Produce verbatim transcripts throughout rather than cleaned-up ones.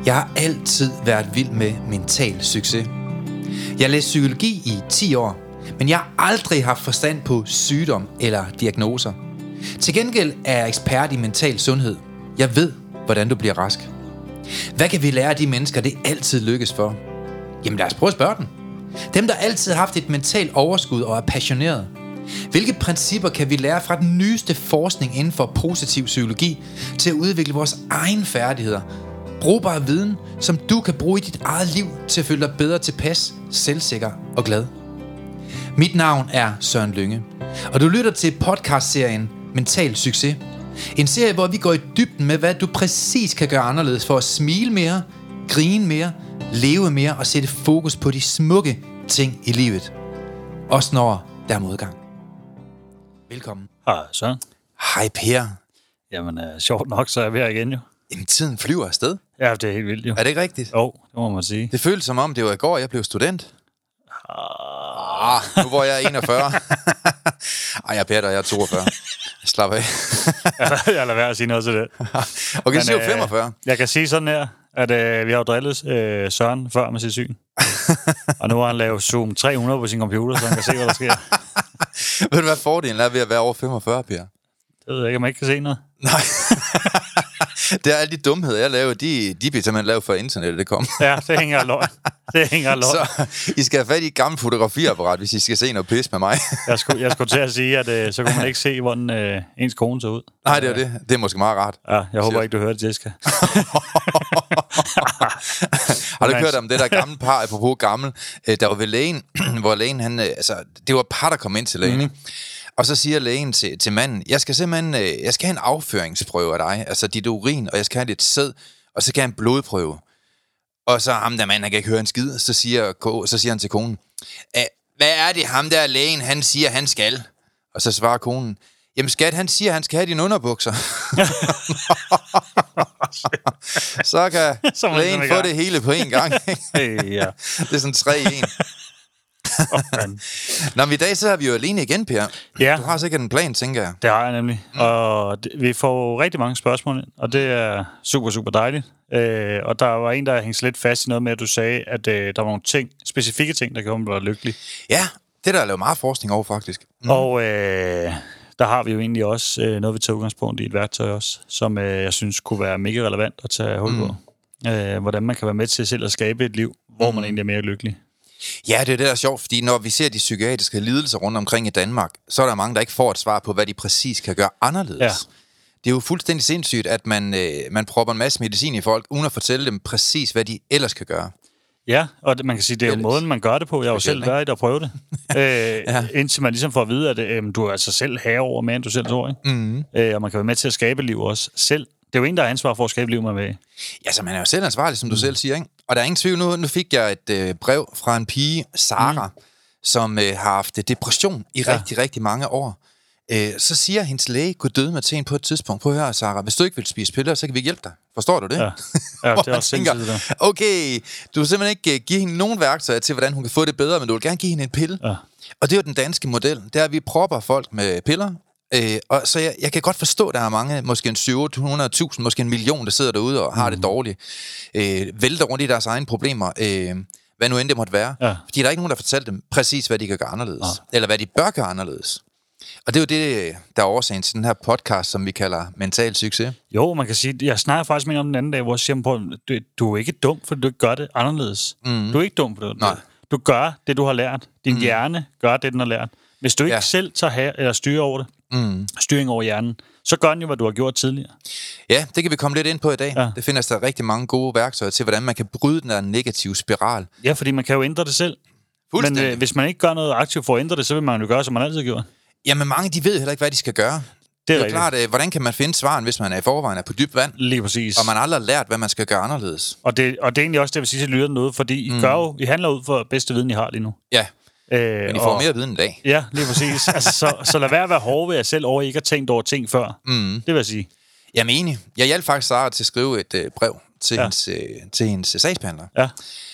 Jeg har altid været vild med mental succes. Jeg læste psykologi i ti år, men jeg har aldrig haft forstand på sygdom eller diagnoser. Til gengæld er jeg ekspert i mental sundhed. Jeg ved, hvordan du bliver rask. Hvad kan vi lære af de mennesker, det altid lykkes for? Jamen lad os prøve at spørge dem. Dem, der altid har haft et mentalt overskud og er passioneret. Hvilke principper kan vi lære fra den nyeste forskning inden for positiv psykologi til at udvikle vores egne færdigheder? Brugbar viden, som du kan bruge i dit eget liv til at føle dig bedre tilpas, selvsikker og glad. Mit navn er Søren Lynge, og du lytter til podcastserien Mental Succes. En serie, hvor vi går i dybden med, hvad du præcis kan gøre anderledes for at smile mere, grine mere, leve mere og sætte fokus på de smukke ting i livet. Også når der er modgang. Velkommen. Hej Søren. Hej Per. Jamen, uh, sjovt nok, så er jeg ved igen jo. Jamen, tiden flyver afsted. Ja, det er helt vildt jo. Er det ikke rigtigt? Jo, det må man sige. Det føles som om, det var i går, jeg blev student. Ah, nu hvor jeg er enogfyrre. Ej, jeg er Per, og jeg er toogfyrre. Slap af. jeg lader være at sige noget til det. Okay, så er jo femogfyrre. Øh, jeg kan sige sådan her, at øh, vi har jo drillet øh, Søren før med sit syn. Og nu har han lavet Zoom tre hundrede på sin computer, så han kan se, hvad der sker. Ved du, hvad fordelen er ved at være over femogfyrre, Per? Det ved jeg ikke, om man ikke kan se noget. Nej. Det er alle de dumheder, jeg laver, de, de bliver simpelthen lavet for internettet, det kom. Ja, det hænger af løgn. Det hænger af løgn. Så I skal have fat i et gammelt fotografiapparat, hvis I skal se noget pis med mig. jeg, skulle, jeg skulle til at sige, at øh, så kunne man ikke se, hvordan øh, ens kone så ud. Nej, det er det. Det er måske meget rart. Ja, jeg håber ikke, du hørte det, Jessica. Har du ikke hørt om det der gamle par, apropos gammel, der var ved lægen, hvor lægen, han, altså, det var et par, der kom ind til lægen, mm-hmm. Og så siger lægen til, til manden, jeg skal simpelthen, jeg skal have en afføringsprøve af dig, altså dit urin, og jeg skal have lidt sæd, og så skal jeg have en blodprøve. Og så ham der mand, han kan ikke høre en skid, så siger, så siger han til konen, hvad er det ham der lægen, han siger, han skal? Og så svarer konen, jamen skat, han siger, han skal have dine underbukser. Så kan så lægen få det hele på en gang. Ja. Det er sådan tre i en. Nå, men i dag så er vi jo alene igen, Per. Ja. Du har sikkert en plan, tænker jeg. Det har jeg nemlig. Mm. Og det, vi får rigtig mange spørgsmål ind, og det er super, super dejligt. Øh, og der var en, der hængte lidt fast i noget med, at du sagde, at øh, der var nogle ting, specifikke ting, der kan være lykkelig. Ja, det der er lavet meget forskning over, faktisk. Mm. Og øh, der har vi jo egentlig også øh, noget, vi tager udgangspunkt i et værktøj også, som øh, jeg synes kunne være mega relevant at tage hul på. Mm. Øh, hvordan man kan være med til selv at skabe et liv, hvor mm. man egentlig er mere lykkelig. Ja, det er det, der er sjovt, fordi når vi ser de psykiatriske lidelser rundt omkring i Danmark, så er der mange, der ikke får et svar på, hvad de præcis kan gøre anderledes. Ja. Det er jo fuldstændig sindssygt, at man, øh, man propper en masse medicin i folk, uden at fortælle dem præcis, hvad de ellers kan gøre. Ja, og det, man kan sige, det er jo måden, man gør det på. Jeg har jo selv været i at prøve det. øh, ja. Indtil man ligesom får at vide, at øh, du er altså selv herre over mere, end du selv tror. Ikke? Mm-hmm. Øh, og man kan være med til at skabe liv også selv. Det er jo en, der er ansvar for at skabe liv med med. Ja, så man er jo selv ansvarlig, som du mm. selv siger, ikke? Og der er ingen tvivl nu. Nu fik jeg et øh, brev fra en pige, Sara, mm. som øh, har haft depression i ja. rigtig, rigtig mange år. Øh, så siger hendes læge, gå døde med til en på et tidspunkt. Prøv at høre, Sara, hvis du ikke vil spise piller, så kan vi hjælpe dig. Forstår du det? Ja, ja det er også tænker, sindssygt. Okay, du vil simpelthen ikke give hende nogen værktøjer til, hvordan hun kan få det bedre, men du vil gerne give hende en pille. Ja. Og det er jo den danske model. Det er, at vi propper folk med piller. Øh, og så jeg, jeg kan godt forstå, at der er mange, måske en syv hundrede tusind, måske en million, der sidder derude og har mm. det dårligt. Øh, vælter rundt i deres egne problemer. Øh, hvad nu end det måtte være. Ja. Fordi der er ikke nogen, der fortæller dem præcis, hvad de kan gøre anderledes. Ja. Eller hvad de bør gøre anderledes. Og det er jo det, der er årsagen til den her podcast, som vi kalder Mental Succes. Jo, man kan sige, jeg snakker faktisk med om den anden dag, hvor jeg siger på, du, du er ikke dum, for du ikke gør det anderledes. Mm. Du er ikke dum for det. Nej. Du gør det, du har lært. Din mm. hjerne gør det, den har lært. Hvis du ikke ja. selv tager her, eller styrer over det, mm. styring over hjernen, så gør den jo, hvad du har gjort tidligere. Ja, det kan vi komme lidt ind på i dag. Ja. Det findes der rigtig mange gode værktøjer til, hvordan man kan bryde den der negative spiral. Ja, fordi man kan jo ændre det selv. Men øh, hvis man ikke gør noget aktivt for at ændre det, så vil man jo gøre, som man altid gjorde. Jamen mange, de ved heller ikke, hvad de skal gøre. Det er, det er jo klart, øh, hvordan kan man finde svaren, hvis man er i forvejen er på dybt vand? Lige præcis. Og man aldrig har lært, hvad man skal gøre anderledes. Og det, og det er egentlig også det, jeg vil sige til lytterne noget, fordi mm. I, gør jo, I handler ud for bedste viden, I har lige nu. Ja, øh, men I får og, mere viden i dag. Ja, lige præcis. altså, så, så lad være at være hårde ved jer selv over, at I ikke har tænkt over ting før. Mm. Det vil jeg sige. Jeg er enig. Jeg hjalp faktisk Sara til at skrive et øh, brev til, ja. hendes, øh, til hendes sagsbehandler. Ja.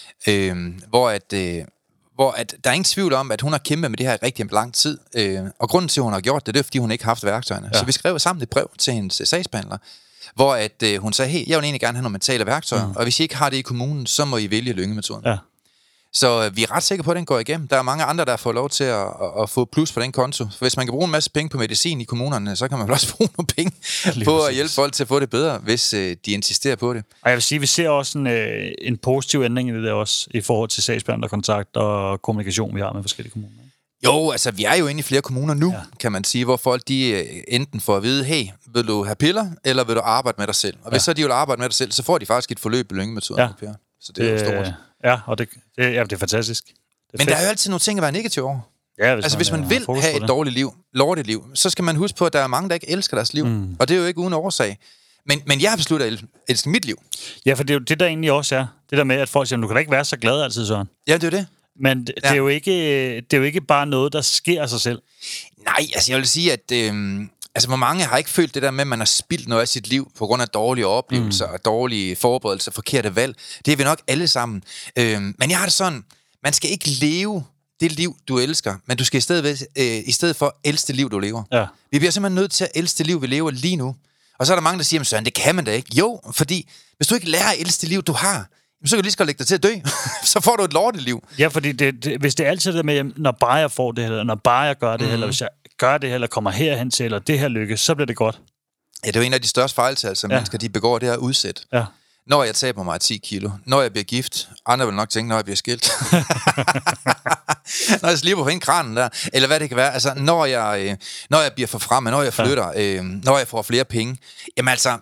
Øh, hvor at... Øh, hvor at der er ingen tvivl om, at hun har kæmpet med det her i rigtig lang tid. Øh, og grunden til, at hun har gjort det, det er, fordi hun ikke har haft værktøjerne. Ja. Så vi skrev sammen et brev til hendes sagsbehandler, hvor at, øh, hun sagde, hey, jeg vil egentlig gerne have nogle mentale værktøjer, mm. og hvis I ikke har det i kommunen, så må I vælge Lynge-metoden. Ja. Så øh, vi er ret sikre på, at den går igennem. Der er mange andre, der får lov til at, at, at få plus på den konto. For hvis man kan bruge en masse penge på medicin i kommunerne, så kan man vel også bruge nogle penge på at hjælpe folk til at få det bedre, hvis øh, de insisterer på det. Og jeg vil sige, at vi ser også en, øh, en positiv ændring i det der også, i forhold til sagsbehandlerkontakt og kommunikation, vi har med forskellige kommuner. Jo, altså vi er jo inde i flere kommuner nu, ja. kan man sige, hvor folk de enten får at vide, hey, vil du have piller, eller vil du arbejde med dig selv? Og hvis ja. så de vil arbejde med dig selv, så får de faktisk et forløb i Lynge-metoden. Ja. Så det er jo stort. Ja, og det, det, ja, det er fantastisk. Det er Men fedt. Der er jo altid nogle ting at være negativ over. Ja, hvis altså man, hvis man vil have et dårligt liv, lortet liv, så skal man huske på, at der er mange, der ikke elsker deres liv. Mm. Og det er jo ikke uden årsag. Men, men jeg har besluttet at elske mit liv. Ja, for det er jo det, der egentlig også er. Det der med, at folk siger, du kan da ikke være så glad altid, Søren. Ja, det er det. Men det, ja. det, er jo ikke, det er jo ikke bare noget, der sker af sig selv. Nej, altså jeg vil sige, at øh, altså, hvor mange har ikke følt det der med, at man har spildt noget af sit liv på grund af dårlige oplevelser mm. og dårlige forberedelser, forkerte valg. Det er vi nok alle sammen. Øh, men jeg har det sådan, man skal ikke leve det liv, du elsker, men du skal i stedet, øh, i stedet for elske det liv, du lever. Ja. Vi bliver simpelthen nødt til at elske det liv, vi lever lige nu. Og så er der mange, der siger, Søren, det kan man da ikke. Jo, fordi hvis du ikke lærer at elske det liv, du har, så kan du lige så godt lægge dig til at dø. Så får du et lorteliv. Ja, fordi det, det, hvis det er altid det med, når bare jeg får det, eller når bare jeg gør det, mm. eller hvis jeg gør det, eller kommer herhen til, eller det her lykkes, så bliver det godt. Ja, det er jo en af de største fejltagelser, som ja. mennesker de begår, det er at udsætte. Ja. Når jeg taber mig ti kilo, når jeg bliver gift, andre vil nok tænke, når jeg bliver skilt. Når jeg slipper på en kranen der, eller hvad det kan være. Altså, når jeg, øh, når jeg bliver forfremmet, når jeg flytter, ja. øh, når jeg får flere penge. Jamen altså,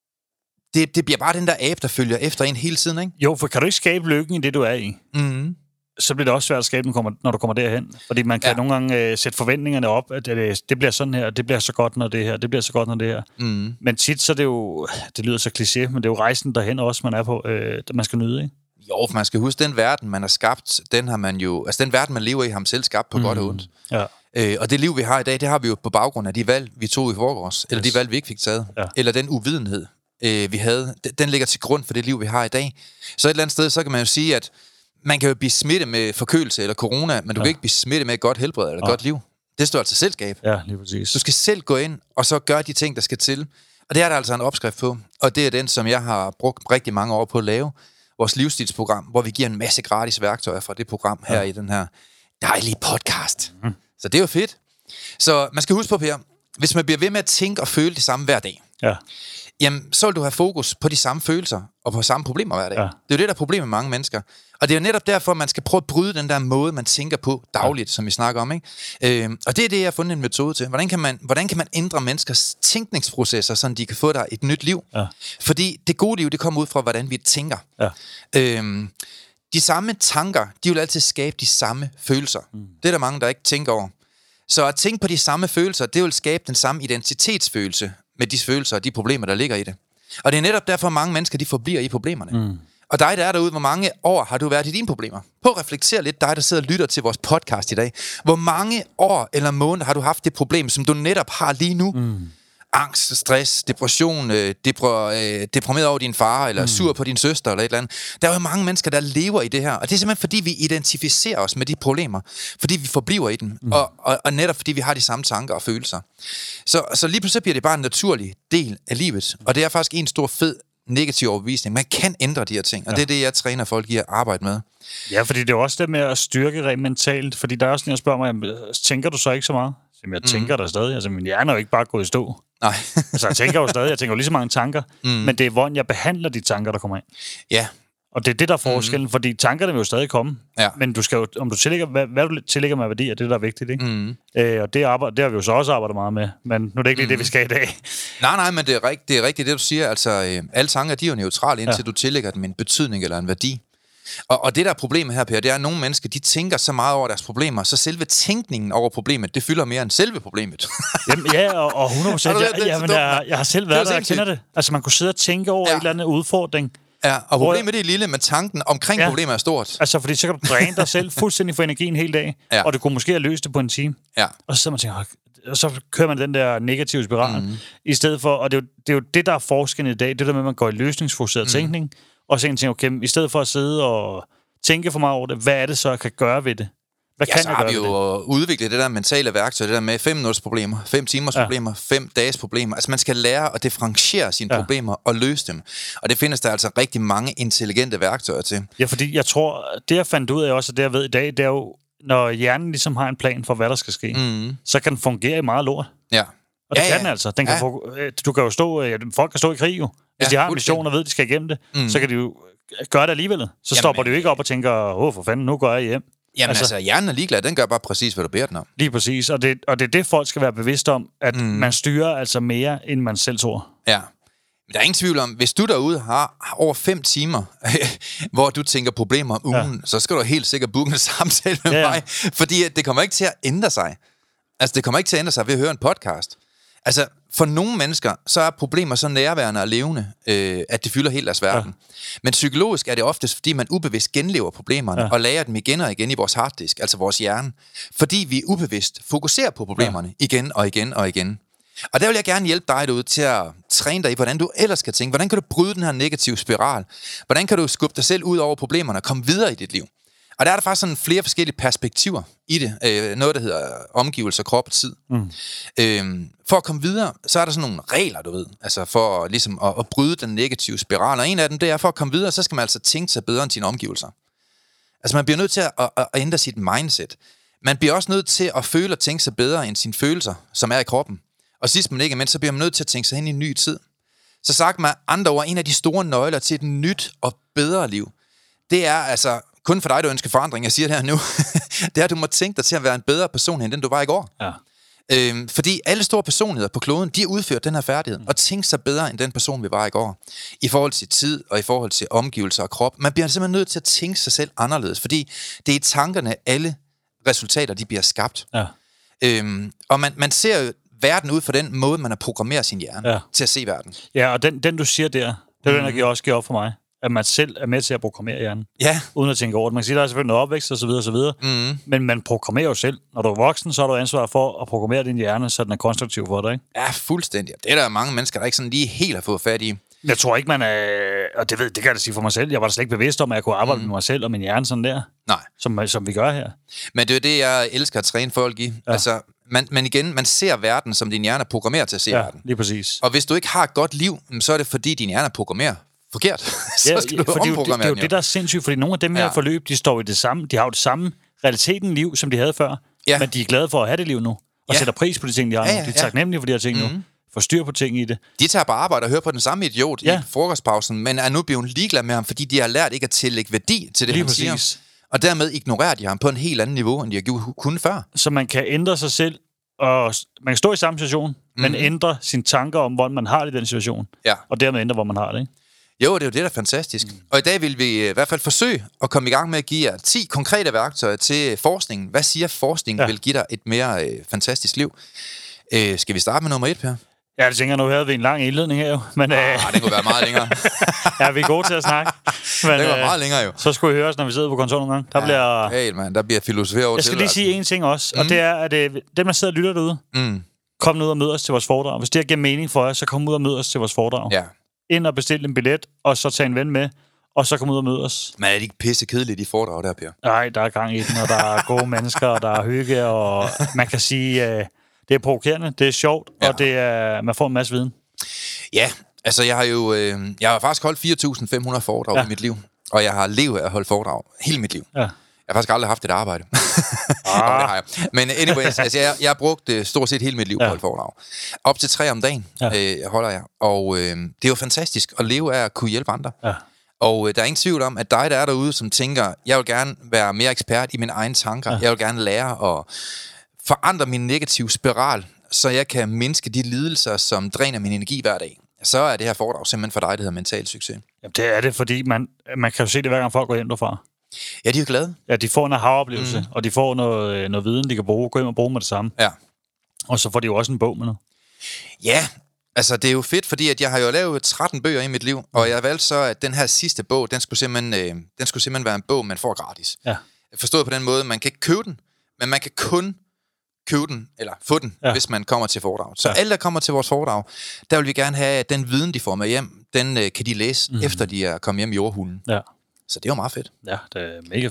det, det bliver bare den der abe, der følger efter en hele tiden, ikke? Jo, for kan du ikke skabe lykken i det, du er i? Mm. Så bliver det også svært at skabe den, når du kommer derhen. Fordi man kan ja. nogle gange øh, sætte forventningerne op, at det, det bliver sådan her, det bliver så godt, når det her, det bliver så godt, når det her. Mm. Men tit, så er det jo, det lyder så kliché, men det er jo rejsen derhen også, man er på, øh, man skal nyde, ikke? Jo, for man skal huske, den verden, man har skabt, den har man jo, altså den verden, man lever i, har man selv skabt på mm. godt og ondt. Ja. Øh, og det liv, vi har i dag, det har vi jo på baggrund af de valg, vi tog i forgårs, eller yes. de valg, vi ikke fik taget, ja. eller den uvidenhed, øh, vi havde, den ligger til grund for det liv, vi har i dag. Så et eller andet sted, så kan man jo sige, at man kan jo blive smittet med forkølelse eller corona, men du ja. kan ikke blive smittet med et godt helbred eller et ja. godt liv. Det står altså selskab. Ja, lige præcis. Du skal selv gå ind, og så gøre de ting, der skal til. Og det er der altså en opskrift på, og det er den, som jeg har brugt rigtig mange år på at lave. Vores livsstilsprogram, hvor vi giver en masse gratis værktøjer fra det program her ja. i den her dejlige podcast. Mm. Så det er jo fedt. Så man skal huske på, Per, hvis man bliver ved med at tænke og føle det samme hver dag, ja. jamen, så vil du have fokus på de samme følelser og på samme problemer hver dag. Ja. Det er jo det, der er problemet med mange mennesker. Og det er jo netop derfor, man skal prøve at bryde den der måde, man tænker på dagligt, ja. som vi snakker om. Ikke? Øh, og det er det, jeg har fundet en metode til. Hvordan kan man, hvordan kan man ændre menneskers tænkningsprocesser, så de kan få der et nyt liv? Ja. Fordi det gode liv, det kommer ud fra, hvordan vi tænker. Ja. Øh, de samme tanker, de vil altid skabe de samme følelser. Mm. Det er der mange, der ikke tænker over. Så at tænke på de samme følelser, det vil skabe den samme identitetsfølelse med de følelser og de problemer, der ligger i det. Og det er netop derfor, mange mennesker de forbliver i problemerne. Mm. Og dig, der er derude, hvor mange år har du været i dine problemer? Prøv at reflektere lidt, dig, der sidder og lytter til vores podcast i dag. Hvor mange år eller måneder har du haft det problem, som du netop har lige nu? Mm. Angst, stress, depression, øh, depro, øh, deprimeret over din far, eller mm. sur på din søster, eller et eller andet. Der er jo mange mennesker, der lever i det her. Og det er simpelthen, fordi vi identificerer os med de problemer. Fordi vi forbliver i dem. Mm. Og, og, og netop fordi vi har de samme tanker og følelser. Så, så lige pludselig bliver det bare en naturlig del af livet. Og det er faktisk en stor fed negativ overbevisning. Man kan ændre de her ting, og ja. det er det, jeg træner folk i at arbejde med. Ja, fordi det er også det med at styrke rent mentalt, fordi der er også sådan, jeg spørger mig, tænker du så ikke så meget? Jamen, jeg tænker mm. der stadig. Altså, min hjerne er jo ikke bare gået i stå. Nej. altså, jeg tænker jo stadig, jeg tænker jo lige så mange tanker, mm. men det er, hvordan jeg behandler de tanker, der kommer ind. Ja. Og det er det, der er forskellen, mm. fordi tankerne vil jo stadig komme, ja. men du skal jo, om du tillægger, hvad, hvad du tillægger med værdi, er det, der er vigtigt, ikke? Mm. Øh, og det, arbejde, det har vi jo så også arbejdet meget med, men nu er det ikke lige mm. det, vi skal i dag. Nej, nej, men det er, rigt, det er rigtigt, det du siger. Altså, øh, alle tanker, de er jo neutrale, indtil ja. du tillægger dem en betydning eller en værdi. Og, og det, der er problemet her, Per, det er, at nogle mennesker, de tænker så meget over deres problemer, så selve tænkningen over problemet, det fylder mere end selve problemet. Jamen, ja, og, og hundrede procent. Jeg, jeg, jeg, jeg har selv været der, jeg kender det. Altså, man kunne sidde og tænke over ja. en eller anden udfordring. Ja, og problemet det er lille, men tanken omkring ja. problemet er stort. Altså, fordi så kan du dræne dig selv fuldstændig for energi en hel dag, ja. og du kunne måske have løst det på en time. Ja. Og så sidder man og tænker, og så kører man den der negative spiral, mm. i stedet for, og det er, jo, det er jo det, der er forskellen i dag, det der med, at man går i løsningsfokuseret mm. tænkning, og så tænker, okay, i stedet for at sidde og tænke for meget over det, hvad er det så, jeg kan gøre ved det? Hvad ja, kan så jeg har gøre vi jo udviklet det der mentale værktøj, det der med fem minutters problemer, fem timers ja. problemer, fem dages problemer. Altså man skal lære at differentiere sine ja. problemer og løse dem. Og det findes der altså rigtig mange intelligente værktøjer til. Ja, fordi jeg tror, det jeg fandt ud af også, og det jeg ved i dag, det er jo, når hjernen ligesom har en plan for, hvad der skal ske, mm. så kan den fungere i meget lort. Ja. Og det ja, kan ja. den altså. Den kan ja. få, du kan jo stå, folk kan stå i krig jo. Hvis ja, de har en mission og ved, at de skal igennem det, mm. så kan de jo gøre det alligevel. Så Jamen, stopper de jo ikke op og tænker, åh, for fanden, nu går jeg hjem. Jamen altså, altså, hjernen er ligeglad, den gør bare præcis, hvad du beder den om. Lige præcis, og det, og det er det, folk skal være bevidst om, at mm. man styrer altså mere, end man selv tror. Ja, men der er ingen tvivl om, hvis du derude har over fem timer, hvor du tænker problemer om ugen, ja. så skal du helt sikkert booke en samtale med ja, ja. mig, fordi det kommer ikke til at ændre sig. Altså, det kommer ikke til at ændre sig ved at høre en podcast. Altså, for nogle mennesker, så er problemer så nærværende og levende, øh, at det fylder helt deres verden. Ja. Men psykologisk er det oftest, fordi man ubevidst genlever problemerne, ja. og lærer dem igen og igen i vores harddisk, altså vores hjerne. Fordi vi ubevidst fokuserer på problemerne ja. igen og igen og igen. Og der vil jeg gerne hjælpe dig derude til at træne dig i, hvordan du ellers skal tænke. Hvordan kan du bryde den her negative spiral? Hvordan kan du skubbe dig selv ud over problemerne og komme videre i dit liv? Og der er der faktisk sådan flere forskellige perspektiver i det. Øh, noget, der hedder omgivelser, krop og tid. Mm. Øh, for at komme videre, så er der sådan nogle regler, du ved. Altså for ligesom at, at bryde den negative spiral. Og en af dem, det er, for at komme videre, så skal man altså tænke sig bedre end sine omgivelser. Altså man bliver nødt til at, at, at ændre sit mindset. Man bliver også nødt til at føle og tænke sig bedre end sine følelser, som er i kroppen. Og sidst men ikke mindst, så bliver man nødt til at tænke sig hen i en ny tid. Så sagt med andre ord, en af de store nøgler til et nyt og bedre liv, det er altså kun for dig, der ønsker forandring, jeg siger det her nu, det er, at du må tænke dig til at være en bedre person, end den du var i går. Ja. Øhm, fordi alle store personligheder på kloden, de har udført den her færdighed, mm. og tænke sig bedre, end den person, vi var i går. I forhold til tid, og i forhold til omgivelser og krop. Man bliver simpelthen nødt til at tænke sig selv anderledes, fordi det er i tankerne, alle resultater, de bliver skabt. Ja. Øhm, og man, man ser jo verden ud fra den måde, man har programmeret sin hjerne ja. til at se verden. Ja, og den, den du siger der, det er mm. den, der også giver op for mig. At man selv er med til at programmere hjernen. Ja. Uden at tænke over det. Man kan sige, der er selvfølgelig noget opvækst og så videre og så videre. Mm. Men man programmerer jo selv. Når du er voksen, så har du ansvar for at programmere din hjerne, så den er konstruktiv for dig, ikke? Ja, fuldstændig. Det er der mange mennesker, der ikke sådan lige helt har fået fat i. Jeg tror ikke, man er... Og det ved det kan jeg da sige for mig selv. Jeg var da slet ikke bevidst om, at jeg kunne arbejde mm. med mig selv og min hjerne sådan der. Nej. Som, som vi gør her. Men det er det, jeg elsker at træne folk i. Ja. Altså, man, man igen, man ser verden, som din hjerne er programmeret til at se ja, verden. Lige præcis. Og hvis du ikke har et godt liv, så er det fordi, din hjerne er programmeret forkert. Så ja, skal du for det, det, det er jo det, der er sindssygt, fordi nogle af dem her ja. forløb, de står i det samme, de har jo det samme realiteten liv, som de havde før, ja. men de er glade for at have det liv nu, og ja. sætter pris på de ting, de har ja, ja, nu. De er taknemmelige for de her ting mm-hmm. nu. Får styr på ting i det. De tager på arbejde og hører på den samme idiot ja. i frokostpausen, men er nu blevet ligeglade med ham, fordi de har lært ikke at tillægge værdi til det, lige han præcis. siger. Og dermed ignorerer de ham på en helt anden niveau, end de har kunnet før. Så man kan ændre sig selv, og man kan stå i samme situation, mm-hmm. men ændre sine tanker om, hvordan man har det i den situation, ja. og dermed ændre, hvor man har det, ikke? Jo, det er jo det, der er fantastisk. Mm. Og i dag vil vi i hvert fald forsøge at komme i gang med at give jer ti konkrete værktøjer til forskningen. Hvad siger forskningen ja. vil give dig et mere øh, fantastisk liv? Øh, skal vi starte med nummer et, Per? Ja, det tænker jeg, nu havde vi en lang indledning her jo. Men, ah, øh... det kunne være meget længere. ja, vi er gode til at snakke. Men, det var meget længere jo. Så skulle vi høre os, når vi sidder på kontoret nogle gange. Der ja, bliver... Helt, man. Der bliver filosofi over. Jeg skal lige sige en ting også, mm. og det er, at øh, dem, der sidder og lytter derude, mm. kom nu ud og mød os til vores foredrag. Hvis det har givet mening for jer, så kom ud og mød os til vores foredrag. Ja. Ind og bestille en billet, og så tage en ven med, og så komme ud og møde os. Men er det ikke pisse kedeligt, de foredrag der, Per? Nej, der er gang i den, og der er gode mennesker, og der er hygge, og man kan sige, øh, det er provokerende, det er sjovt, ja. og det er, man får en masse viden. Ja, altså jeg har jo, øh, jeg har faktisk holdt fire tusind fem hundrede foredrag ja. i mit liv, og jeg har levet af at holde foredrag hele mit liv. Ja. Jeg har faktisk aldrig haft et arbejde. Ah. oh, det har jeg. Men anyways, altså jeg, jeg har brugt uh, stort set hele mit liv ja. på at holde foredrag. Op til tre om dagen ja. øh, holder jeg. Og øh, det er jo fantastisk at leve af at kunne hjælpe andre. Ja. Og øh, der er ingen tvivl om, at dig, der er derude, som tænker, jeg vil gerne være mere ekspert i mine egne tanker. Ja. Jeg vil gerne lære at forandre min negative spiral, så jeg kan mindske de lidelser, som dræner min energi hver dag. Så er det her foredrag simpelthen for dig, det hedder mental succes. Jamen, det er det, fordi man, man kan jo se det, hver gang folk går hjem derfra. Ja, de er jo glade. Ja, de får en aha-oplevelse, mm. og de får noget, noget viden, de kan bruge, gå hjem og bruge med det samme. Ja. Og så får de jo også en bog med noget. Ja, altså det er jo fedt, fordi at jeg har jo lavet tretten bøger i mit liv, og jeg valgte så, at den her sidste bog, den skulle simpelthen, øh, den skulle simpelthen være en bog, man får gratis. Ja. Forstået på den måde, man kan ikke købe den, men man kan kun købe den, eller få den, ja. hvis man kommer til foredrag. Så ja. alle, der kommer til vores foredrag, der vil vi gerne have, at den viden, de får med hjem, den øh, kan de læse, mm. efter de er kommet hjem i jordhulen. Ja. Så det er jo meget fedt. Ja, det er mega fedt.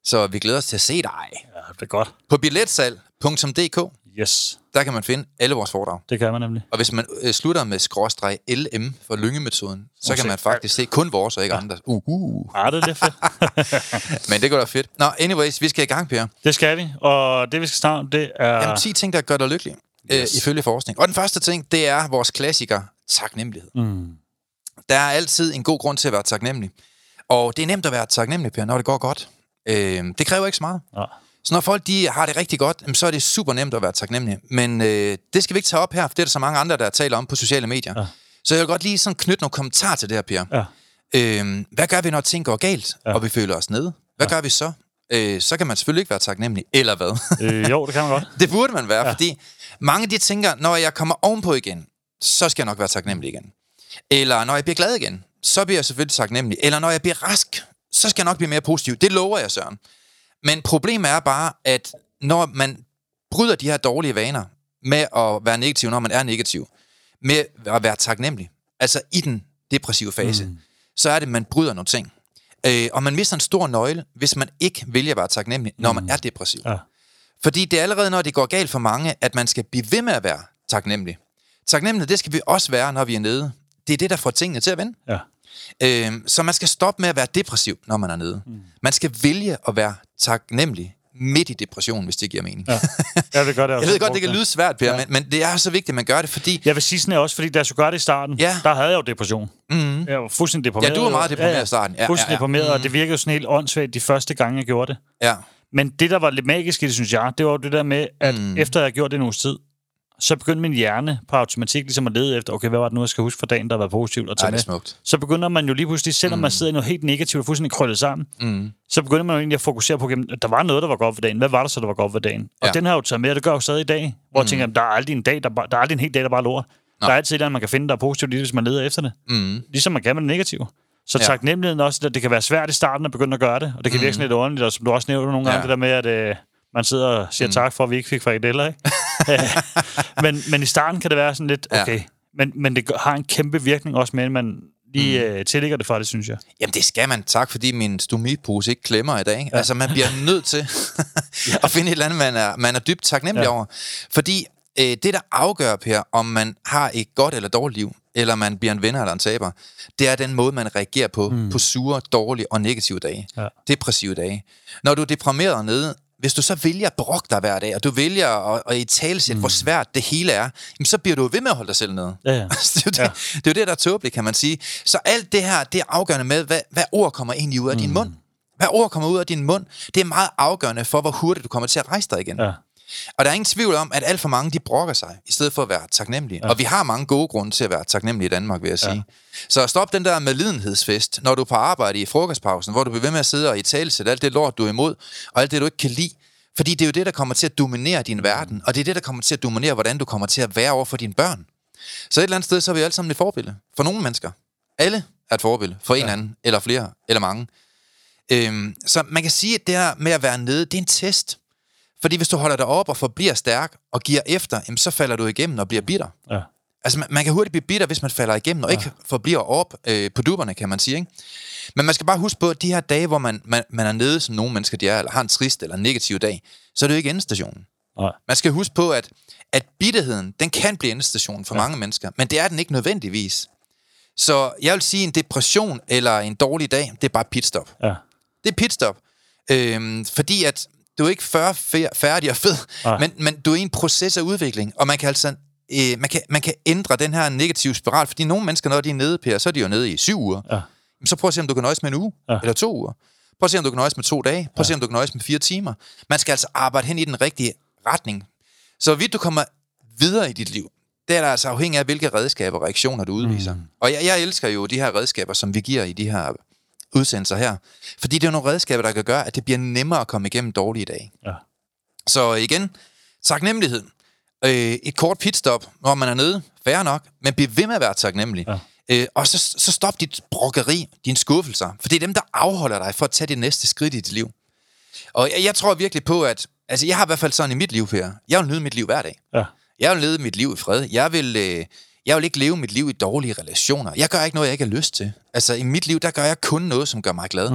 Så vi glæder os til at se dig. Ja, det er godt. På billetsalg punktum d k. Yes. Der kan man finde alle vores foredrag. Det kan man nemlig. Og hvis man øh, slutter med skråstreg L M for lyngemetoden, så kan man faktisk se kun vores og ikke ja. andre. Uh, uh. Ja, det er det fedt. Men det går da fedt. Nå, anyways, vi skal i gang, Per. Det skal vi, og det vi skal starte om, det er... Jamen, ti ting, der gør dig lykkelig, yes. øh, ifølge forskning. Og den første ting, det er vores klassiker, taknemmelighed. Mm. Der er altid en god grund til at være taknemmelig. Og det er nemt at være taknemmelig, Per, når det går godt. Øh, det kræver ikke så meget. Ja. Så når folk de har det rigtig godt, så er det super nemt at være taknemmelig. Men øh, det skal vi ikke tage op her, for det er der så mange andre, der taler om på sociale medier. Ja. Så jeg vil godt lige sådan knytte nogle kommentarer til det her, Per. Ja. Øh, hvad gør vi, når ting går galt, ja. og vi føler os nede? Hvad ja. gør vi så? Øh, så kan man selvfølgelig ikke være taknemmelig, eller hvad? øh, jo, det kan man godt. Det burde man være, ja. fordi mange de tænker, når jeg kommer ovenpå igen, så skal jeg nok være taknemmelig igen. Eller når jeg bliver glad igen, så bliver jeg selvfølgelig taknemmelig. Eller når jeg bliver rask, så skal jeg nok blive mere positiv. Det lover jeg, Søren. Men problemet er bare, at når man bryder de her dårlige vaner med at være negativ, når man er negativ, med at være taknemmelig, altså i den depressive fase, mm. så er det, at man bryder nogle ting. Øh, og man mister en stor nøgle, hvis man ikke vælger at være taknemmelig, når man er depressiv. Ja. Fordi det er allerede, når det går galt for mange, at man skal blive ved med at være taknemmelig. Taknemmelig, det skal vi også være, når vi er nede. Det er det, der får tingene til at vende. Ja. Øh, så man skal stoppe med at være depressiv, når man er nede. Mm. Man skal vælge at være taknemmelig midt i depression, hvis det giver mening. Ja. Jeg ved godt, det, jeg ved godt, det kan lyde svært, Per, ja. men, men det er så vigtigt, at man gør det, fordi... Jeg vil sige sådan også, fordi da jeg skulle gøre det i starten, ja. der havde jeg jo depression. Mm. Jeg var fuldstændig deprimeret. Ja, du var meget deprimeret ja, ja. i starten. Ja, fuldstændig ja, ja. deprimeret, mm. og det virkede jo sådan helt åndssvagt de første gange, jeg gjorde det. Ja. Men det, der var lidt magisk i det, synes jeg, det var det der med, at mm. efter jeg gjorde det en uges tid, så begyndte min hjerne på automatik ligesom at lede efter, okay, hvad var det nu, jeg skal huske for dagen, der var positivt at tage med. Smukt. Så begynder man jo lige pludselig, selvom mm. man sidder i noget helt negativt og fuldstændig krøllet sammen, mm. så begynder man jo egentlig at fokusere på, at der var noget, der var godt for dagen. Hvad var der så, der var godt for dagen? Og ja. den har jo taget med, og det gør jeg jo stadig i dag, hvor mm. jeg tænker, der er aldrig en dag, der, bare, der er aldrig en hel dag, der bare lort. Der er altid et eller andet, man kan finde, der er positivt, lige hvis man leder efter det. Mm. Ligesom man kan med det negative. Så ja. taknemmeligheden også, at det kan være svært i starten at begynde at gøre det, og det kan mm. virke sådan lidt ordentligt, og som du også nævner nogle gange, ja. det der med, at øh, man sidder og siger mm. tak for, at vi ikke fik frikadeller, ikke? men, men i starten kan det være sådan lidt, okay, ja. men, men det har en kæmpe virkning også med, at man lige mm. øh, tillægger det for det, synes jeg. Jamen det skal man, tak fordi min stomipose ikke klemmer i dag. Ikke? Ja. Altså man bliver nødt til at finde et eller andet, man er, man er dybt taknemmelig ja. over. Fordi øh, det, der afgør, Per, om man har et godt eller dårligt liv, eller man bliver en vinder eller en taber, det er den måde, man reagerer på, mm. på sure, dårlige og negative dage. Ja. Depressive dage. Når du er deprimeret nede, hvis du så vælger at brokke dig hver dag, og du vælger at, at i talesætte, mm. hvor svært det hele er, jamen, så bliver du ved med at holde dig selv nede. Ja, ja. det, er det, ja. det er jo det, der er tåbeligt, kan man sige. Så alt det her, det er afgørende med, hvad, hvad ord kommer egentlig ud af mm. din mund. Hvad ord kommer ud af din mund, det er meget afgørende for, hvor hurtigt du kommer til at rejse dig igen. Ja. Og der er ingen tvivl om, at alt for mange, de brokker sig, i stedet for at være taknemmelige. Ja. Og vi har mange gode grunde til at være taknemmelige i Danmark, vil jeg sige. Ja. Så stop den der medlidenhedsfest, når du er på arbejde i frokostpausen, hvor du bliver ved med at sidde og i talesætte alt det lort, du er imod, og alt det, du ikke kan lide. Fordi det er jo det, der kommer til at dominere din verden, og det er det, der kommer til at dominere, hvordan du kommer til at være over for dine børn. Så et eller andet sted, så er vi alle sammen et forbillede. For nogle mennesker. Alle er et forbillede. For en ja. anden, eller flere, eller mange. Øhm, så man kan sige, at det her med at være nede, det er en test. Fordi hvis du holder dig op og forbliver stærk og giver efter, jamen, så falder du igennem og bliver bitter. Ja. Altså man, man kan hurtigt blive bitter, hvis man falder igennem og ja. ikke forbliver op øh, på dupperne, kan man sige, ikke? Men man skal bare huske på, at de her dage, hvor man, man, man er nede, som nogle mennesker de er, eller har en trist eller en negativ dag, så er det jo ikke endestationen. Ja. Man skal huske på, at, at bitterheden, den kan blive endestationen for ja. mange mennesker, men det er den ikke nødvendigvis. Så jeg vil sige, en depression eller en dårlig dag, det er bare pitstop. Ja. Det er pitstop. Øhm, fordi at du er ikke fyrre færdig og fed, ja. men, men du er i en proces af udvikling, og man kan altså øh, man, kan, man kan ændre den her negative spiral, fordi nogle mennesker, når de er nede, Per, så er de jo nede i syv uger. Ja. Så prøv at se, om du kan nøjes med en uge, ja. eller to uger. Prøv at se, om du kan nøjes med to dage. Prøv at se, om du kan nøjes med fire timer. Man skal altså arbejde hen i den rigtige retning. Så vidt du kommer videre i dit liv, det er der altså afhængig af, hvilke redskaber og reaktioner du udviser. Mm. Og jeg, jeg elsker jo de her redskaber, som vi giver i de her udsendelser her. Fordi det er nogle redskaber, der kan gøre, at det bliver nemmere at komme igennem dårlige dage. Ja. Så igen, taknemmelighed. Øh, et kort pitstop, når man er nede. Fair nok, men bliv ved med at være taknemmelig. Ja. Øh, og så, så stop dit brokkeri, dine skuffelser. For det er dem, der afholder dig for at tage det næste skridt i dit liv. Og jeg, jeg tror virkelig på, at... Altså, jeg har i hvert fald sådan i mit liv her. Jeg vil nyde mit liv hver dag. Ja. Jeg vil leve mit liv i fred. Jeg vil, øh, jeg vil ikke leve mit liv i dårlige relationer. Jeg gør ikke noget, jeg ikke har lyst til. Altså, i mit liv, der gør jeg kun noget, som gør mig glad. Mm.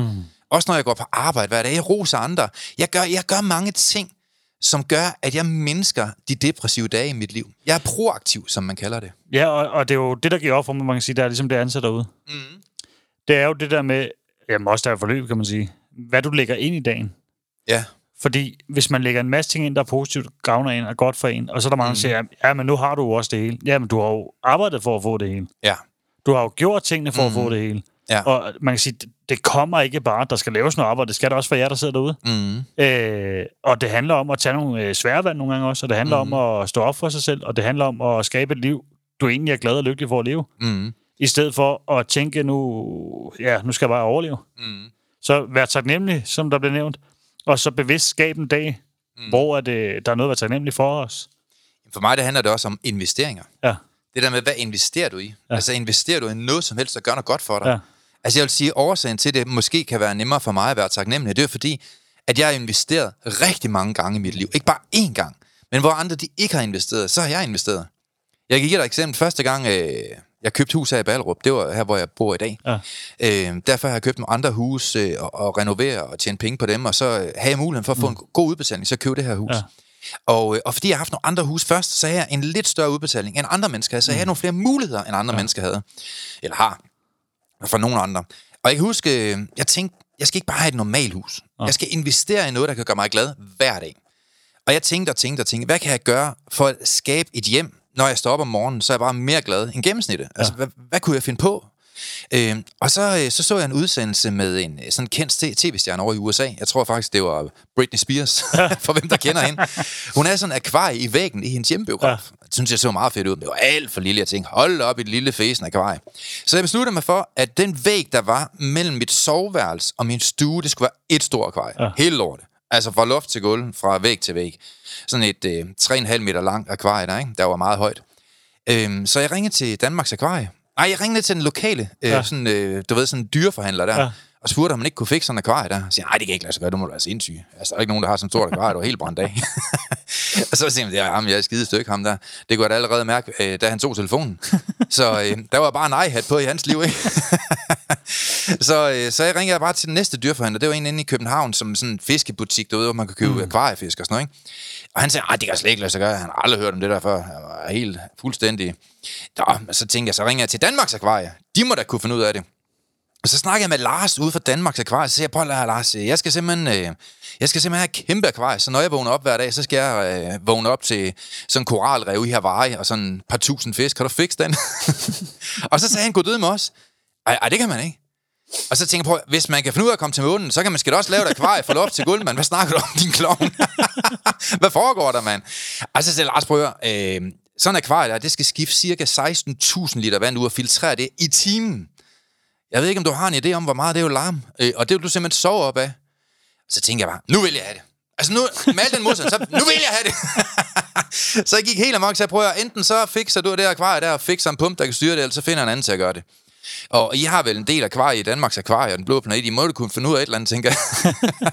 Også når jeg går på arbejde hver dag, jeg roser andre. Jeg gør, jeg gør mange ting, som gør, at jeg mindsker de depressive dage i mit liv. Jeg er proaktiv, som man kalder det. Ja, og, og det er jo det, der giver op for mig, man kan sige, der er ligesom det ansat derude. Mm. Det er jo det der med, jamen også der er forløb, kan man sige, hvad du lægger ind i dagen. Ja. Fordi hvis man lægger en masse ting ind, der er positivt, gavner en, er godt for en, og så er der mange, der mm. siger, ja, men nu har du jo også det hele. Ja, men du har jo arbejdet for at få det hele. Ja. Du har jo gjort tingene for mm. at få det hele. Ja. Og man kan sige, det kommer ikke bare, der skal laves noget arbejde, det skal der også for jer, der sidder derude. Mm. Øh, og det handler om at tage nogle øh, svære valg nogle gange også, og det handler mm. om at stå op for sig selv, og det handler om at skabe et liv, du egentlig er glad og lykkelig for at leve. Mm. I stedet for at tænke, nu, ja, nu skal jeg bare overleve. Mm. Så vær taknemmelig, som der blev nævnt, og så bevidst skabe en dag, mm. hvor er det, der er noget at være taknemmelig for os. For mig, det handler det også om investeringer. Ja. Det der med, hvad investerer du i? Ja. Altså, investerer du i noget som helst, der gør noget godt for dig? Ja. Altså, jeg vil sige, årsagen til det måske kan være nemmere for mig at være taknemmelig, det er fordi, at jeg har investeret rigtig mange gange i mit liv. Ikke bare én gang, men hvor andre de ikke har investeret, så har jeg investeret. Jeg kan give dig et eksempel. Første gang, øh, jeg købte hus her i Ballerup, det var her, hvor jeg bor i dag. Ja. Øh, derfor har jeg købt nogle andre hus øh, og, og renoveret og tjent penge på dem, og så øh, havde jeg muligheden for at få mm. en god udbetaling, så købe det her hus. Ja. Og, og fordi jeg har haft nogle andre hus først, så havde jeg en lidt større udbetaling, end andre mennesker havde. Så jeg havde nogle flere muligheder, end andre ja. mennesker havde. Eller har. For nogle andre. Og jeg kan huske, jeg tænkte, jeg skal ikke bare have et normalt hus. Ja. Jeg skal investere i noget, der kan gøre mig glad hver dag. Og jeg tænkte og tænkte og tænkte, hvad kan jeg gøre for at skabe et hjem, når jeg står op om morgenen, så er jeg bare mere glad end gennemsnittet. Ja. Altså, hvad, hvad kunne jeg finde på? Øh, og så, så så jeg en udsendelse med en sådan kendt tv-stjerne over i U S A. Jeg tror faktisk, det var Britney Spears, for hvem der kender hende. Hun havde sådan en akvarie i væggen i hendes hjemmebiograf. Ja. Jeg synes, jeg så meget fedt ud. Det var alt for lille. Jeg tænkte, hold op i et lille fæsen akvarie. Så jeg besluttede mig for, at den væg, der var mellem mit soveværelse og min stue, det skulle være et stort akvarie. Ja. Hele lortet. Altså fra loft til gulv, fra væg til væg. Sådan et øh, tre komma fem meter langt akvarie der, ikke? Der var meget højt. Øhm, så jeg ringede til Danmarks Akvarie. Nej, jeg ringede til den lokale, øh, ja. sådan, øh, du ved, sådan en dyreforhandler der, ja. og spurgte, om man ikke kunne fikse sådan en akvarie der. Jeg siger, nej, det kan ikke lade sig gøre, du må være sindssyg. Altså, der er ikke nogen, der har sådan en stort akvarie, du er helt brændt af. Og så siger jeg, ja, jeg er skide stykke ham der. Det kunne jeg da allerede mærke, øh, da han tog telefonen. Så øh, der var bare en nej-hat på i hans liv, ikke? så, øh, så jeg ringede bare til den næste dyreforhandler. Det var en inde i København, som sådan en fiskebutik derude, hvor man kan købe mm. akvariefisk og sådan noget, ikke? Og han sagde, nej, det kan slet ikke lade sig gøre. Han har aldrig hørt om det der før. Han var helt fuldstændig. Nå, så tænkte jeg, så ringer jeg til Danmarks Akvarie. De må da kunne finde ud af det. Og så snakker jeg med Lars ude fra Danmarks Akvarie. Så siger jeg, prøv at Lars, jeg skal simpelthen, øh, jeg skal simpelthen have et kæmpe akvarie. Så når jeg vågner op hver dag, så skal jeg øh, vågne op til sådan en koralrev i Hawaii og sådan et par tusind fisk. Kan du fikse den? Og så sagde han, god død med os. Ej, ej, det kan man ikke. Og så tænker jeg på, hvis man kan finde ud af at komme til månen, så kan man skal også lave et akvarie for loft til gulv, mand. Hvad snakker du om, din klovn? Hvad foregår der, mand? Og så siger Lars, prøv at høre, øh, sådan et akvarie der, det skal skifte cirka seksten tusind liter vand ud og filtrere det i timen. Jeg ved ikke, om du har en idé om, hvor meget det er jo larm. Øh, og det vil du simpelthen sove op af. Så tænker jeg bare, nu vil jeg have det. Altså nu, med al den modstand, så nu vil jeg have det. Så jeg gik helt amok, så jeg prøver, enten så fikser du det akvarie der, og fikser en pump, der kan styre det, eller så finder en anden til at gøre det. Og I har vel en del akvarie i Danmarks Akvarie og Den Blå Planet. I må kunne finde ud af et eller andet, tænker jeg.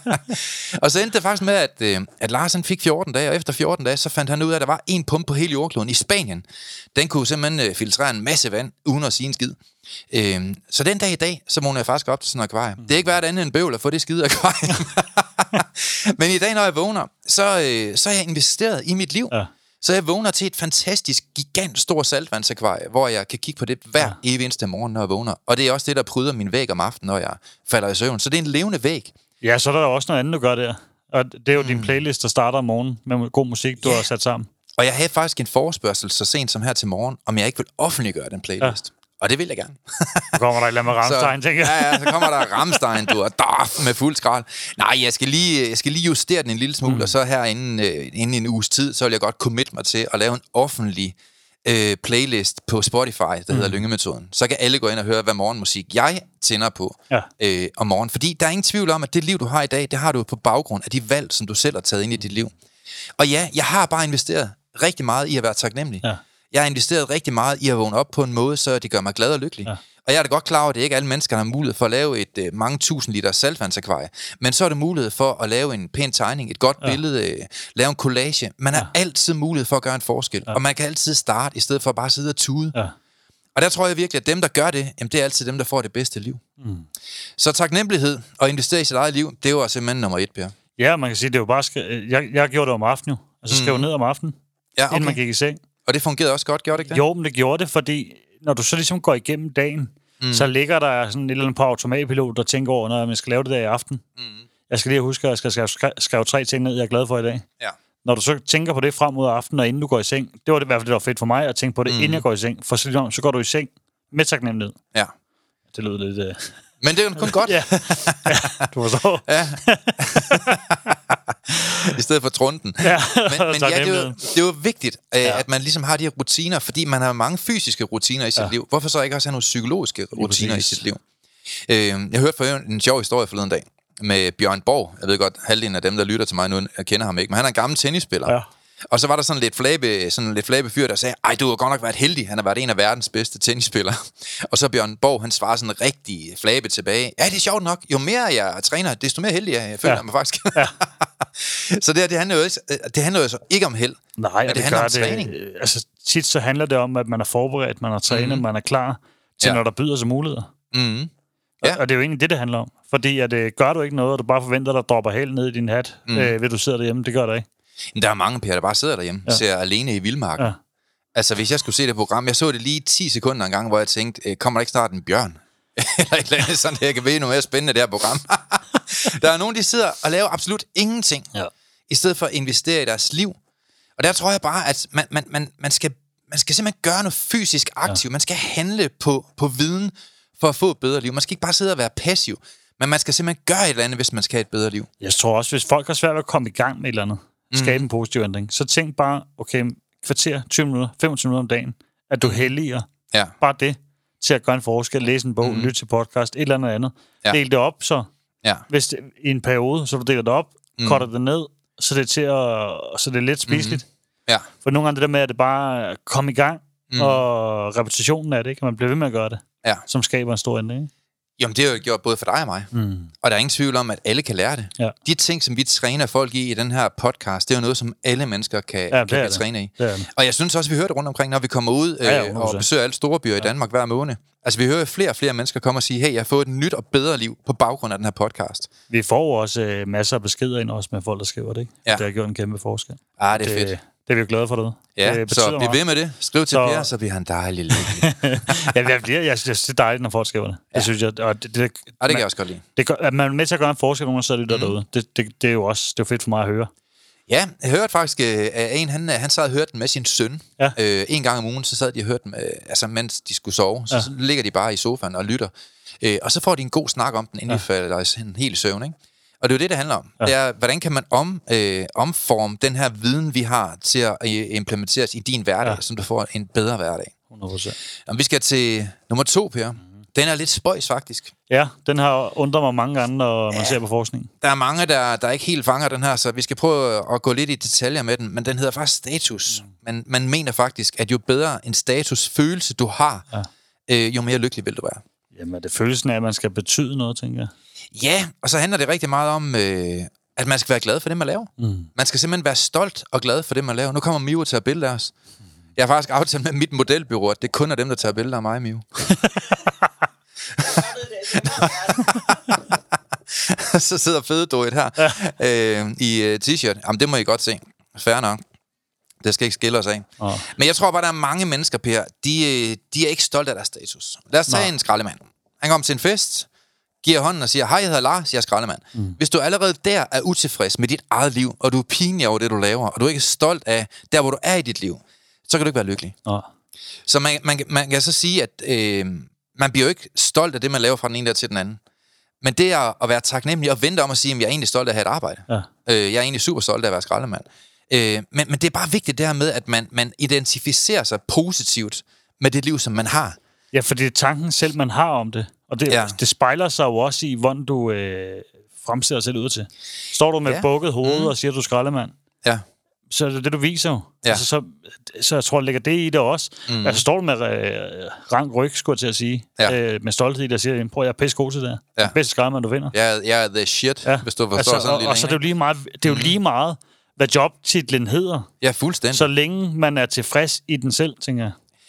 Og så endte det faktisk med, at, at Larsen fik fjorten dage, og efter fjorten dage, så fandt han ud af, at der var en pumpe på hele jordkloden i Spanien. Den kunne simpelthen filtrere en masse vand, uden at sige en skid. Øhm, så den dag i dag, så vågner jeg faktisk op til sådan en akvarie. Det er ikke hvert andet end bøvl at få det skide akvarie. Men i dag, når jeg vågner, så, øh, så er jeg investeret i mit liv. Ja. Så jeg vågner til et fantastisk, gigant stor saltvandsakvarie, hvor jeg kan kigge på det hver ja. evig eneste morgen, når jeg vågner. Og det er også det, der pryder min væg om aftenen, når jeg falder i søvn. Så det er en levende væg. Ja, så er der også noget andet, du gør der. Og det er jo mm. din playlist, der starter om morgenen med god musik, du ja. har sat sammen. Og jeg havde faktisk en forespørgsel så sent som her til morgen, om jeg ikke vil offentliggøre den playlist. Ja. Og det vil jeg gerne. Så kommer der et eller andet med Rammstein, tænker jeg. Ja, ja, så kommer der Rammstein, du, og darf med fuld skrald. Nej, jeg skal lige, jeg skal lige justere den en lille smule, mm. og så her inden, øh, inden en uges tid, så vil jeg godt commit mig til at lave en offentlig øh, playlist på Spotify, der mm. hedder Lyngemetoden. Så kan alle gå ind og høre, hvad morgenmusik jeg tænder på ja. øh, om morgenen. Fordi der er ingen tvivl om, at det liv, du har i dag, det har du på baggrund af de valg, som du selv har taget ind i dit liv. Og ja, jeg har bare investeret rigtig meget i at være taknemmelig. Ja. Jeg har investeret rigtig meget i at vågne op på en måde, så det gør mig glad og lykkelig. Ja. Og jeg er da godt klar over, at det ikke alle mennesker har mulighed for at lave et uh, mange tusind liter saltvandsakvarie. Men så er det mulighed for at lave en pæn tegning, et godt ja. billede, uh, lave en collage. Man har ja. altid mulighed for at gøre en forskel. Ja. Og man kan altid starte, i stedet for at bare sidde og tude. Ja. Og der tror jeg virkelig, at dem, der gør det, jamen, det er altid dem, der får det bedste liv. Mm. Så taknemmelighed og investere i sit eget liv, det var simpelthen nummer et, Per. Ja, man kan sige, det var bare... Sk- jeg, jeg gjorde det om aftenen jo. Altså skrev mm. ned om aftenen, ja, okay. inden man gik i seng. Og det fungerede også godt, gjorde det ikke det? Jo, men det gjorde det, fordi når du så ligesom går igennem dagen, mm. så ligger der sådan et eller andet på automatpilot, der tænker over, når jeg skal lave det der i aften. Mm. Jeg skal lige huske, at jeg skal skrive, skrive tre ting ned, jeg er glad for i dag. Ja. Når du så tænker på det frem mod aftenen, og inden du går i seng, det var det i hvert fald, det var fedt for mig at tænke på det, mm. inden jeg går i seng. For så, så går du i seng med taknemmelighed. Ja. Det lyder lidt... Uh... Men det er jo kun godt. Ja. Ja, du forstår. Ja. I stedet for trunden. Ja, men men ja, det, er jo, det er jo vigtigt, øh, ja. at man ligesom har de her rutiner, fordi man har mange fysiske rutiner i sit ja. liv. Hvorfor så ikke også have nogle psykologiske rutiner i sit liv? Øh, jeg hørte for en sjov historie forleden dag med Bjørn Borg. Jeg ved godt, halvdelen af dem, der lytter til mig nu, jeg kender ham ikke, men han er en gammel tennisspiller. Ja. Og så var der sådan lidt flabe, sådan lidt flabe fyr, der sagde, ej, du har godt nok været heldig. Han har været en af verdens bedste tennisspillere. Og så Bjørn Borg, han svarer sådan rigtig flabe tilbage. Ja, det er sjovt nok. Jo mere jeg træner, desto mere heldig jeg føler ja. mig faktisk. Ja. Så det, det, handler jo ikke, det handler jo så ikke om held. Nej, men det, det handler om det, træning. Altså tit så handler det om, at man er forberedt, man har trænet, mm. man er klar til, ja. når der byder sig muligheder. Mm. Ja. Og, og det er jo egentlig det, det handler om. Fordi at, øh, gør du ikke noget, og du bare forventer, at der dropper helt ned i din hat, mm. øh, ved du sidder derhjemme, det gør der ikke. Men der er mange, Per, der bare sidder derhjemme, ja. ser alene i vildmarken. Ja. Altså, hvis jeg skulle se det program, jeg så det lige ti sekunder en gang, hvor jeg tænkte, kommer der ikke snart en bjørn? Eller et eller andet sådan, jeg kan ved noget mere spændende det her program. Der er nogen, der sidder og laver absolut ingenting, ja. i stedet for at investere i deres liv. Og der tror jeg bare, at man, man, man, man, skal, man skal simpelthen gøre noget fysisk aktivt. Ja. Man skal handle på, på viden for at få et bedre liv. Man skal ikke bare sidde og være passiv, men man skal simpelthen gøre et eller andet, hvis man skal have et bedre liv. Jeg tror også, hvis folk har svært ved at komme i gang med et eller andet, skabe mm. en positiv ændring, så tænk bare, okay, kvarter, tyve minutter, femogtyve minutter om dagen, at du helliger ja. bare det til at gøre en forskel, læse en bog, mm. lytte til podcast, et eller andet andet. Ja. Del det op, så ja. hvis det, i en periode, så du deler det op, mm. cutter det ned, så det er til at, så det er lidt spiseligt. Mm. Ja. For nogle gange det der med, at det bare komme i gang, mm. og repetitionen af det, ikke? Man bliver ved med at gøre det, ja. som skaber en stor ændring, ikke? Jamen, det har jo gjort både for dig og mig. Mm. Og der er ingen tvivl om, at alle kan lære det. Ja. De ting, som vi træner folk i i den her podcast, det er jo noget, som alle mennesker kan, ja, kan blive trænet i. Og jeg synes også, vi hører det rundt omkring, når vi kommer ud ja, ja, øh, og besøger alle store byer ja. i Danmark hver måned. Altså, vi hører flere og flere mennesker komme og sige, hey, jeg har fået et nyt og bedre liv på baggrund af den her podcast. Vi får også øh, masser af beskeder ind også med folk, der skriver det, ikke? Ja. Det har gjort en kæmpe forskel. Ah, det er det, fedt. Det er vi jo glade for, det. Ja, det så bliv ved med det. Skriv til så... Per, så bliver han dejlig lykkelig. ja, jeg, bliver, jeg synes, det er dejligt, når folk skriver det. Ja. Det synes jeg. Og det, det, ja, det kan man, jeg også godt lide. Det, at man er med til at gøre en forskel, når man sidder lidt mm. derude. Det, det, det er jo også det er fedt for mig at høre. Ja, jeg hørte faktisk, at en, han, han sad og hørte den med sin søn. Ja. Øh, en gang om ugen, så sad de og hørte den, øh, altså mens de skulle sove. Så, ja. så ligger de bare i sofaen og lytter. Øh, og så får de en god snak om den, inden ja. de falder en helt søvn, ikke? Og det er jo det, det handler om. Ja. Det er, hvordan kan man om, øh, omforme den her viden, vi har, til at øh, implementeres i din hverdag, ja. så du får en bedre hverdag. hundrede procent. Og vi skal til nummer to, Per. Mm-hmm. Den er lidt spøjs, faktisk. Ja, den har undret mig mange gange, når man ja. ser på forskningen. Der er mange, der, der ikke helt fanger den her, så vi skal prøve at gå lidt i detaljer med den. Men den hedder faktisk status. Mm. Man, man mener faktisk, at jo bedre en statusfølelse du har, ja. øh, jo mere lykkelig vil du være. Jamen, det følelsen af, at man skal betyde noget, tænker jeg. Ja, og så handler det rigtig meget om, øh, at man skal være glad for det, man laver. Mm. Man skal simpelthen være stolt og glad for det, man laver. Nu kommer Miu til at billede af os. Mm. Jeg har faktisk aftalt med mit modelbyrå, at det kun er dem, der tager billeder af mig, Miu. Så sidder fede Dorit her øh, i øh, t-shirt. Jamen, det må I godt se. Fair nok. Det skal ikke skille os af. Oh. Men jeg tror bare, der er mange mennesker, Per, de, de er ikke stolte af deres status. Lad os tage Nå. en skraldemand. Han kommer til en fest, giver hånden og siger, hej, jeg hedder Lars, jeg er skraldemand. Mm. Hvis du allerede der er utilfreds med dit eget liv, og du er pinlig over det, du laver, og du er ikke stolt af der, hvor du er i dit liv, så kan du ikke være lykkelig. Oh. Så man, man, man kan så sige, at øh, man bliver jo ikke stolt af det, man laver fra den ene der til den anden. Men det er at være taknemmelig og vente om at sige, at jeg er egentlig stolt af at have et arbejde. Ja. Øh, jeg er egentlig super stolt af at være skraldemand. Øh, men, men det er bare vigtigt det her med, at man, man identificerer sig positivt med det liv, som man har. Ja, for det er tanken selv, man har om det. Og det, ja. det spejler sig jo også i, hvordan du øh, fremstiller dig selv ud til. Står du med ja. bukket hoved mm. og siger, at du er skraldemand, ja. så er det det, du viser jo. Ja. Altså, så, så jeg tror, det ligger det i det også. Mm. Altså, står du med øh, rank ryg, skulle jeg til at sige, ja. øh, med stolthed i det, og siger, prøv, jeg er pisse god til det. Ja. Det bedste skraldemand, du vinder. Jeg ja, er the shit, ja. hvis du forstår altså, sådan og, lidt. Og så er det jo lige meget, det er jo mm. lige meget hvad jobtitlen hedder. Ja, fuldstændig. Så længe man er tilfreds i den selv, tænker jeg.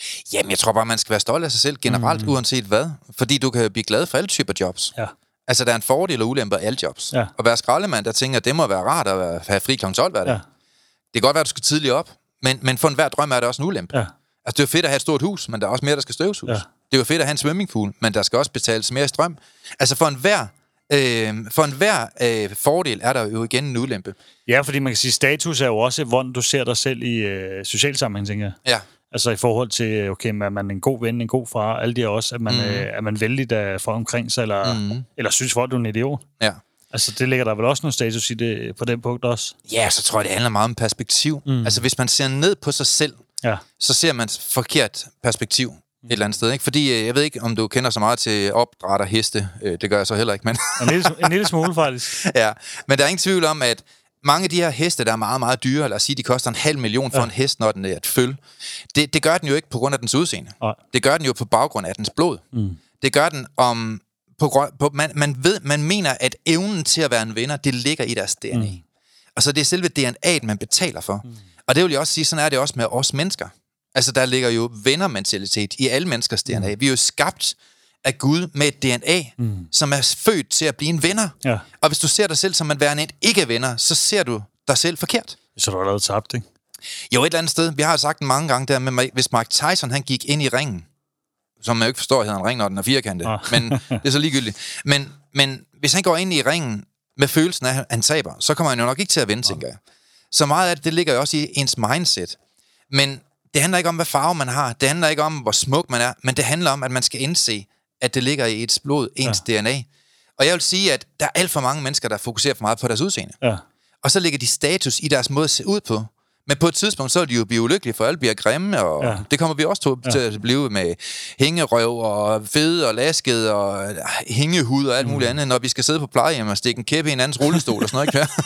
Jamen, jeg tror bare, man skal være stolt af sig selv generelt, mm. uanset hvad. Fordi du kan blive glad for alle typer jobs. Ja. Altså, der er en fordel og ulempe af alle jobs. Ja. At være skraldemand, der tænker, at det må være rart at have fri klokken tolv hver dag. Ja. Det kan godt være, at du skal tidligt op, men, men for enhver drøm er det også en ulempe. Ja. Altså, det er jo fedt at have et stort hus, men der er også mere, der skal støvsuges. Ja. Det er jo fedt at have en swimmingpool, men der skal også betales mere strøm. Altså, for enhver, øh, for enhver øh, fordel er der jo igen en ulempe. Ja, fordi man kan sige, status er jo også, hvordan du ser dig selv i øh, social sammenhæng, tænker jeg. Ja. Altså i forhold til, okay, er man en god ven, en god far, alle de også, at man, mm. øh, er man vældig af folk omkring sig, eller, mm. eller synes folk, du er en idiot. Ja. Altså, det ligger der vel også noget status i det, på den punkt også? Ja, så tror jeg, det handler meget om perspektiv. Mm. Altså, hvis man ser ned på sig selv, ja. så ser man forkert perspektiv et eller andet sted, ikke? Fordi, jeg ved ikke, om du kender så meget til opdræt og heste. Det gør jeg så heller ikke, men... en, lille, en lille smule, faktisk. Ja, men der er ingen tvivl om, at mange af de her heste, der er meget, meget dyre, lad os sige, de koster en halv million for ja. en hest, når den er et føl. Det, det gør den jo ikke på grund af dens udseende. Ja. Det gør den jo på baggrund af dens blod. Mm. Det gør den om... På, på, man, man, ved, man mener, at evnen til at være en vinder, det ligger i deres D N A. Mm. Og så det er selve D N A'et, man betaler for. Mm. Og det vil jeg også sige, sådan er det også med os mennesker. Altså, der ligger jo vindermentalitet i alle menneskers D N A. Mm. Vi er jo skabt af Gud med et D N A, mm. som er født til at blive en vinder. Ja. Og hvis du ser dig selv som en værende et ikke-vinder, så ser du dig selv forkert. Så du har allerede tabt, ikke? Jo, et eller andet sted. Vi har sagt den mange gange der, med, hvis Mike Tyson han gik ind i ringen, som man jo ikke forstår, hedder en ring, når den er firkantet. Ah. Men det er så ligegyldigt. Men, men hvis han går ind i ringen med følelsen af, at han taber, så kommer han jo nok ikke til at vinde, ah. tænker jeg. Så meget af det, det ligger jo også i ens mindset. Men det handler ikke om, hvad farve man har. Det handler ikke om, hvor smuk man er. Men det handler om, at man skal indse, at det ligger i ens blod, ens ja. D N A. Og jeg vil sige, at der er alt for mange mennesker, der fokuserer for meget på deres udseende. Ja. Og så ligger de status i deres måde at se ud på. Men på et tidspunkt, så er de jo blive ulykkelige, for alle bliver grimme, og ja. det kommer vi også til, ja. til at blive med hængerøv og fede og lasket og hængehud og alt muligt mm. andet, når vi skal sidde på plejehjem og stikke en kæppe i en andens rullestol og sådan noget,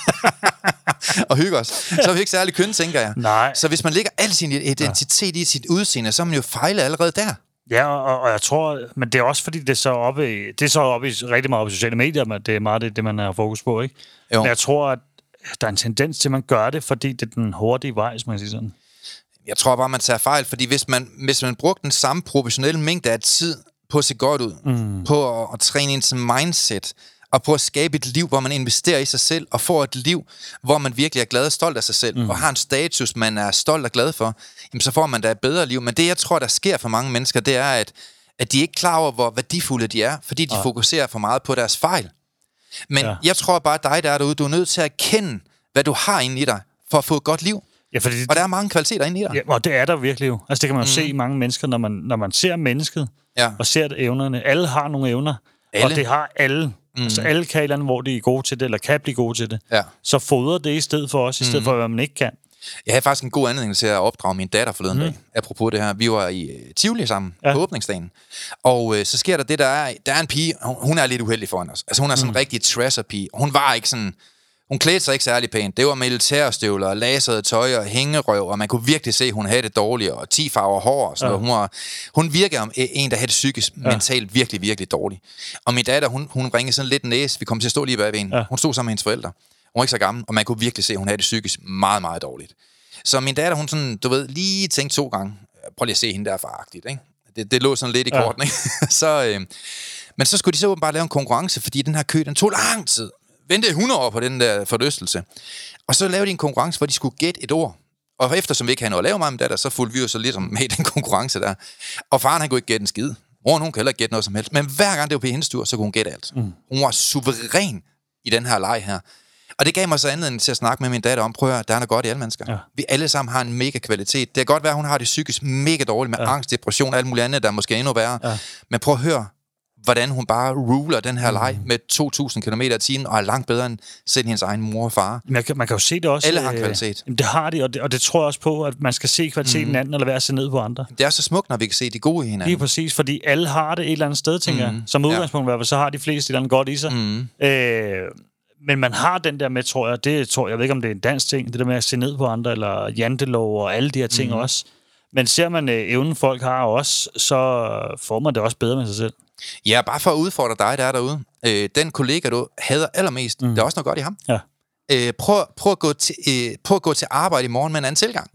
ikke? Og hygge os. Så er vi ikke særlig køn, tænker jeg. Nej. Så hvis man lægger al sin identitet ja. i sit udseende, så er man jo fejlet allerede der. Ja, og, og jeg tror, men det er også fordi, det er så oppe i, det er så oppe i rigtig meget oppe i sociale medier, men det er meget det, det man har fokus på, ikke? Jo. Men jeg tror, at der er en tendens til, at man gør det, fordi det er den hurtige vej, som man siger sådan. Jeg tror bare, man tager fejl, fordi hvis man, hvis man brugte den samme professionelle mængde af tid på at se godt ud, mm. på at, at træne ens mindset, og på at skabe et liv, hvor man investerer i sig selv, og får et liv, hvor man virkelig er glad og stolt af sig selv, mm. og har en status, man er stolt og glad for, jamen så får man da et bedre liv. Men det, jeg tror, der sker for mange mennesker, det er, at, at de ikke er klar over, hvor værdifulde de er, fordi de ja. fokuserer for meget på deres fejl. Men ja. jeg tror bare, at dig, der er derude, du er nødt til at erkende, hvad du har inde i dig, for at få et godt liv. Ja, fordi og der er mange kvaliteter inde i dig. Ja, og det er der virkelig jo. Altså, det kan man jo mm. se i mange mennesker, når man, når man ser mennesket, ja. og ser evnerne. Alle har nogle evner, alle. og det har alle. Mm. Altså, alle kan et eller andet, hvor de er gode til det, eller kan blive gode til det. Ja. Så fodrer det i stedet for os, i stedet mm. for, hvad man ikke kan. Jeg havde faktisk en god anledning til at opdrage min datter forleden mm. dag, apropos det her. Vi var i uh, Tivoli sammen ja. på åbningsdagen. Og uh, så sker der det, der er, der er en pige, hun, hun er lidt uheldig foran os. Altså hun er sådan en mm. rigtig trasher-pige. Hun var ikke sådan... Hun klædte sig ikke særlig pænt. Det var militærstøvler, lasede tøj og hængerøv, og man kunne virkelig se, at hun havde det dårligt, og ti farver hår og sådan ja. noget. Hun, var, hun virker om en, der havde det psykisk, ja. mentalt virkelig, virkelig dårligt. Og min datter, hun, hun ringede sådan lidt næse. Vi kom til at stå lige bag ved hende. Ja. Hun stod sammen med hendes forældre. Hun var ikke så gammel, og man kunne virkelig se, at hun havde det psykisk meget, meget dårligt. Så min datter, hun sådan, du ved, lige tænkte to gange, prøv lige at se hende der foragtigt, ikke? Det, det lå sådan lidt i ja. korten, ikke? så, øh, men så skulle de så åbenbart lave en konkurrence, fordi den her kø, den tog lang tid. Ventede hundrede år på den der forlystelse. Og så lavede de en konkurrence, hvor de skulle gætte et ord. Og eftersom vi ikke havde noget at lave med datter, så fulgte vi jo så lidt med i den konkurrence der. Og faren, han kunne ikke gætte en skid. Moren, hun kan heller ikke gætte noget som helst. Men hver gang det var på hendes tur, så kunne hun gætte alt. Mm. Hun var suveræn i den her leg her. Og det gav mig så anledning til at snakke med min datter om, prøv at høre, der er noget godt i alle mennesker. Ja. Vi alle sammen har en mega kvalitet. Det kan godt være, at hun har det psykisk mega dårligt med ja. angst, depression og alt muligt andet, der er måske endnu værre. Ja. Men prøv at høre, hvordan hun bare ruler den her leg mm. med to tusind kilometer i timen, og er langt bedre end selv hendes egen mor og far. Man kan, man kan jo se det også. Alle har kvalitet. Øh, det har de, og det, og det tror jeg også på, at man skal se kvaliteten mm. anden, eller være at se ned på andre. Det er så smukt, når vi kan se de gode i hinanden. Lige præcis, fordi alle har det et eller andet sted, tænker mm. jeg. Som udgangspunkt i hvert fald, så har de fleste et eller andet godt i sig. Mm. Øh, men man har den der med, tror jeg, det tror jeg, jeg ved ikke, om det er en dansk ting, det der med at se ned på andre, eller jantelov og alle de her ting mm. også. Men ser man øh, evnen, folk har også, så får man det også bedre med sig selv. Ja, bare for at udfordre dig, der er derude. Øh, den kollega, du hader allermest, mm. der er også noget godt i ham. Ja. Øh, prøv, prøv, at gå til, øh, prøv at gå til arbejde i morgen med en anden tilgang. Mm.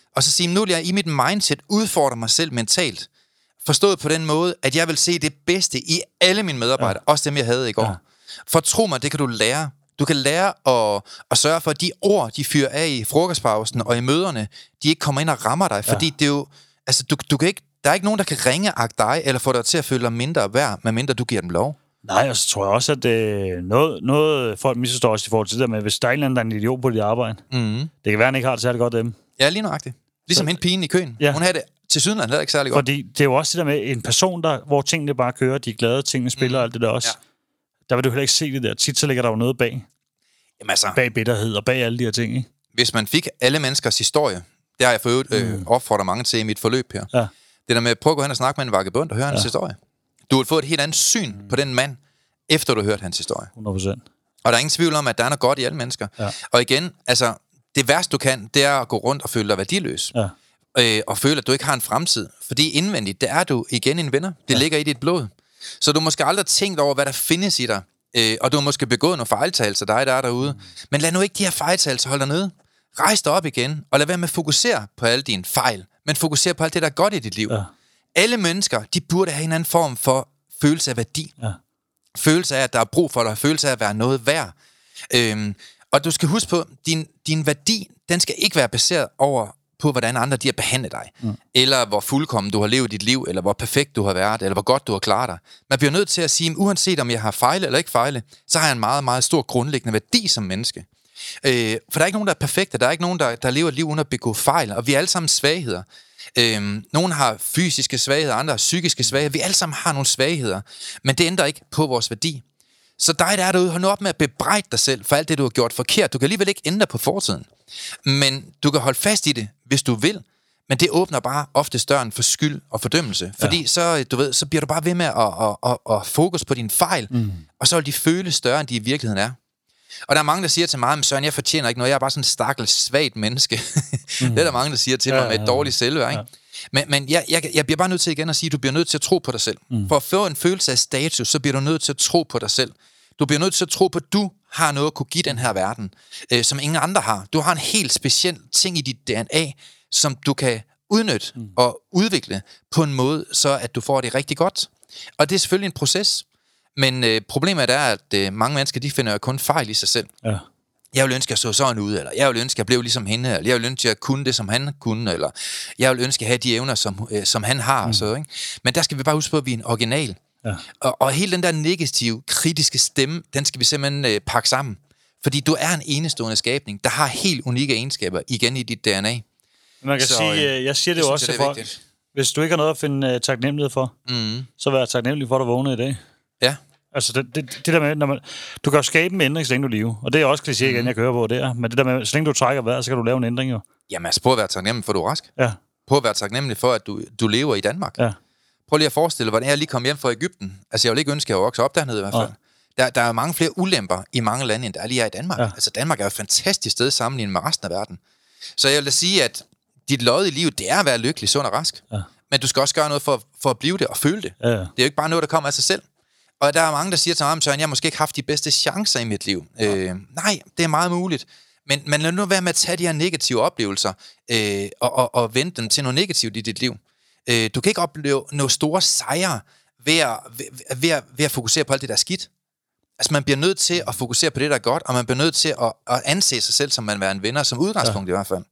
og så sige, nu vil jeg i mit mindset udfordre mig selv mentalt. Forstået på den måde, at jeg vil se det bedste i alle mine medarbejdere, ja. Også dem, jeg havde i går. Ja. For tro mig, det kan du lære. Du kan lære at, at sørge for, at de ord, de fyrer af i frokostpausen og i møderne, de ikke kommer ind og rammer dig. Fordi ja. Det er jo, altså, du, du kan ikke, der er ikke nogen, der kan ringe af dig, eller få dig til at føle dig mindre værd, medmindre du giver dem lov. Nej, og så tror jeg også, at øh, noget, noget folk misforstår også i forhold til det der med, hvis der er en eller anden, der er en idiot på dit arbejde, mm. det kan være, at han ikke har det særlig godt dem. Ja, lige nøjagtigt. Ligesom så, hende pigen i køen. Ja. Hun havde det til syden, han havde ikke særlig godt. Fordi det er jo også det der med en person, der, hvor tingene bare kører, de er glade, tingene spiller og mm. alt det der også. Ja. Der vil du heller ikke se det der. Tit så ligger der jo noget bag. Jamen altså, bag bitterhed og bag alle de her ting, ikke? Hvis man fik alle menneskers historie, det har jeg fået øh, mm. opfordret mange til i mit forløb her. Ja. Det der med at prøve at gå hen og snakke med en vagabond og høre ja. hans historie. Du vil få et helt andet syn mm. på den mand, efter du har hørt hans historie. hundrede procent. Og der er ingen tvivl om, at der er noget godt i alle mennesker. Ja. Og igen, altså, det værste du kan, det er at gå rundt og føle dig værdiløs. Ja. Øh, og føle, at du ikke har en fremtid. Fordi indvendigt, det er du igen en vinder. Det ja. ligger i dit blod. Så du måske aldrig tænkt over, hvad der findes i dig. Øh, og du har måske begået nogle fejltagelser, dig der er derude. Mm. Men lad nu ikke de her fejltagelser holde dig nede. Rejs dig op igen, og lad være med at fokusere på alle dine fejl. Men fokusere på alt det, der er godt i dit liv. Ja. Alle mennesker, de burde have en anden form for følelse af værdi. Ja. Følelse af, at der er brug for dig. Følelse af at være noget værd. Øhm, og du skal huske på, din, din værdi, den skal ikke være baseret over på, hvordan andre de har behandlet dig. Mm. Eller hvor fuldkommen du har levet dit liv, eller hvor perfekt du har været, eller hvor godt du har klaret dig. Man bliver nødt til at sige, uanset om jeg har fejlet eller ikke fejlet, så har jeg en meget, meget stor grundlæggende værdi som menneske. Øh, for der er ikke nogen, der er perfekte. Der er ikke nogen, der, der lever et liv uden at begå fejl. Og vi er alle sammen svagheder. Øh, nogle har fysiske svagheder, andre har psykiske svagheder. Vi alle sammen har nogle svagheder. Men det ændrer ikke på vores værdi. Så dig, der er derude, hold nu op med at bebrejde dig selv for alt det, du har gjort forkert. Du kan alligevel ikke ændre på fortiden. Men du kan holde fast i det, hvis du vil. Men det åbner bare ofte døren for skyld og fordømmelse. Fordi ja. så, du ved, så bliver du bare ved med at, at, at, at fokus på dine fejl. Mm. Og så vil de føles større, end de i virkeligheden er. Og der er mange, der siger til mig, at Søren, jeg fortjener ikke noget. Jeg er bare sådan en stakkels svagt menneske. Mm. Det er der mange, der siger til mig ja, med et dårligt selvværd. Ikke? Ja. Men, men jeg, jeg, jeg bliver bare nødt til igen at sige, at du bliver nødt til at tro på dig selv. Mm. For at få en følelse af status, så bliver du nødt til at tro på dig selv. Du bliver nødt til at tro på, at du har noget at kunne give den her verden, øh, som ingen andre har. Du har en helt speciel ting i dit D N A, som du kan udnytte mm. og udvikle på en måde, så at du får det rigtig godt. Og det er selvfølgelig en proces. Men øh, problemet er, at øh, mange mennesker, de finder jo kun fejl i sig selv. Ja. Jeg vil ønske, at jeg så sådan ud, eller jeg vil ønske, at jeg blev ligesom hende, eller jeg vil ønske, at jeg kunne det, som han kunne, eller jeg vil ønske, at have de evner, som, øh, som han har. Mm. Og så, ikke? Men der skal vi bare huske på, at vi er en original. Ja. Og, og hele den der negative, kritiske stemme, den skal vi simpelthen øh, pakke sammen. Fordi du er en enestående skabning, der har helt unikke egenskaber igen i dit D N A. Man kan så, sige, øh, jeg siger det jo også til folk, vigtigt. Hvis du ikke har noget at finde uh, taknemmelighed for, mm. så vær taknemmelig for, at du vågnede i dag. Ja. Altså, det, det, det der med, når man, du kan jo skabe en ændring, så længe du lever. Og det er også kliché igen, mm. jeg kører på, det er. Men det der med, så længe du trækker vejret, så kan du lave en ændring jo. Jamen altså, prøv at være taknemmelig for, at du er rask. Ja. Prøv at være taknemmelig for, at du, du lever i Danmark. Ja. Prøv lige at forestille dig, hvordan jeg lige kom hjem fra Egypten. Altså, jeg vil ikke ønske, at jeg vokser op dernede i hvert fald. Ja. Der, der er mange flere ulemper i mange lande, end der er lige her i Danmark. Ja. Altså, Danmark er jo et fantastisk sted sammenlignet med resten af verden. Så jeg vil da sige, at dit lod i livet, det er at være lykkelig, sund og rask. Ja. Men du skal også gøre noget for, for at blive det og føle det. Ja. Det er jo ikke bare noget, der kommer af sig selv. Og der er mange, der siger til mig, Søren, jeg har måske ikke haft de bedste chancer i mit liv. Ja. Øh, nej, det er meget muligt. Men, men lad nu være med at tage de her negative oplevelser øh, og, og, og vende dem til noget negativt i dit liv. Øh, du kan ikke opleve nogle store sejre ved at, ved, ved, at, ved at fokusere på alt det, der er skidt. Altså, man bliver nødt til at fokusere på det, der er godt, og man bliver nødt til at, at anse sig selv, som man er en vinder, som udgangspunkt ja. i hvert fald.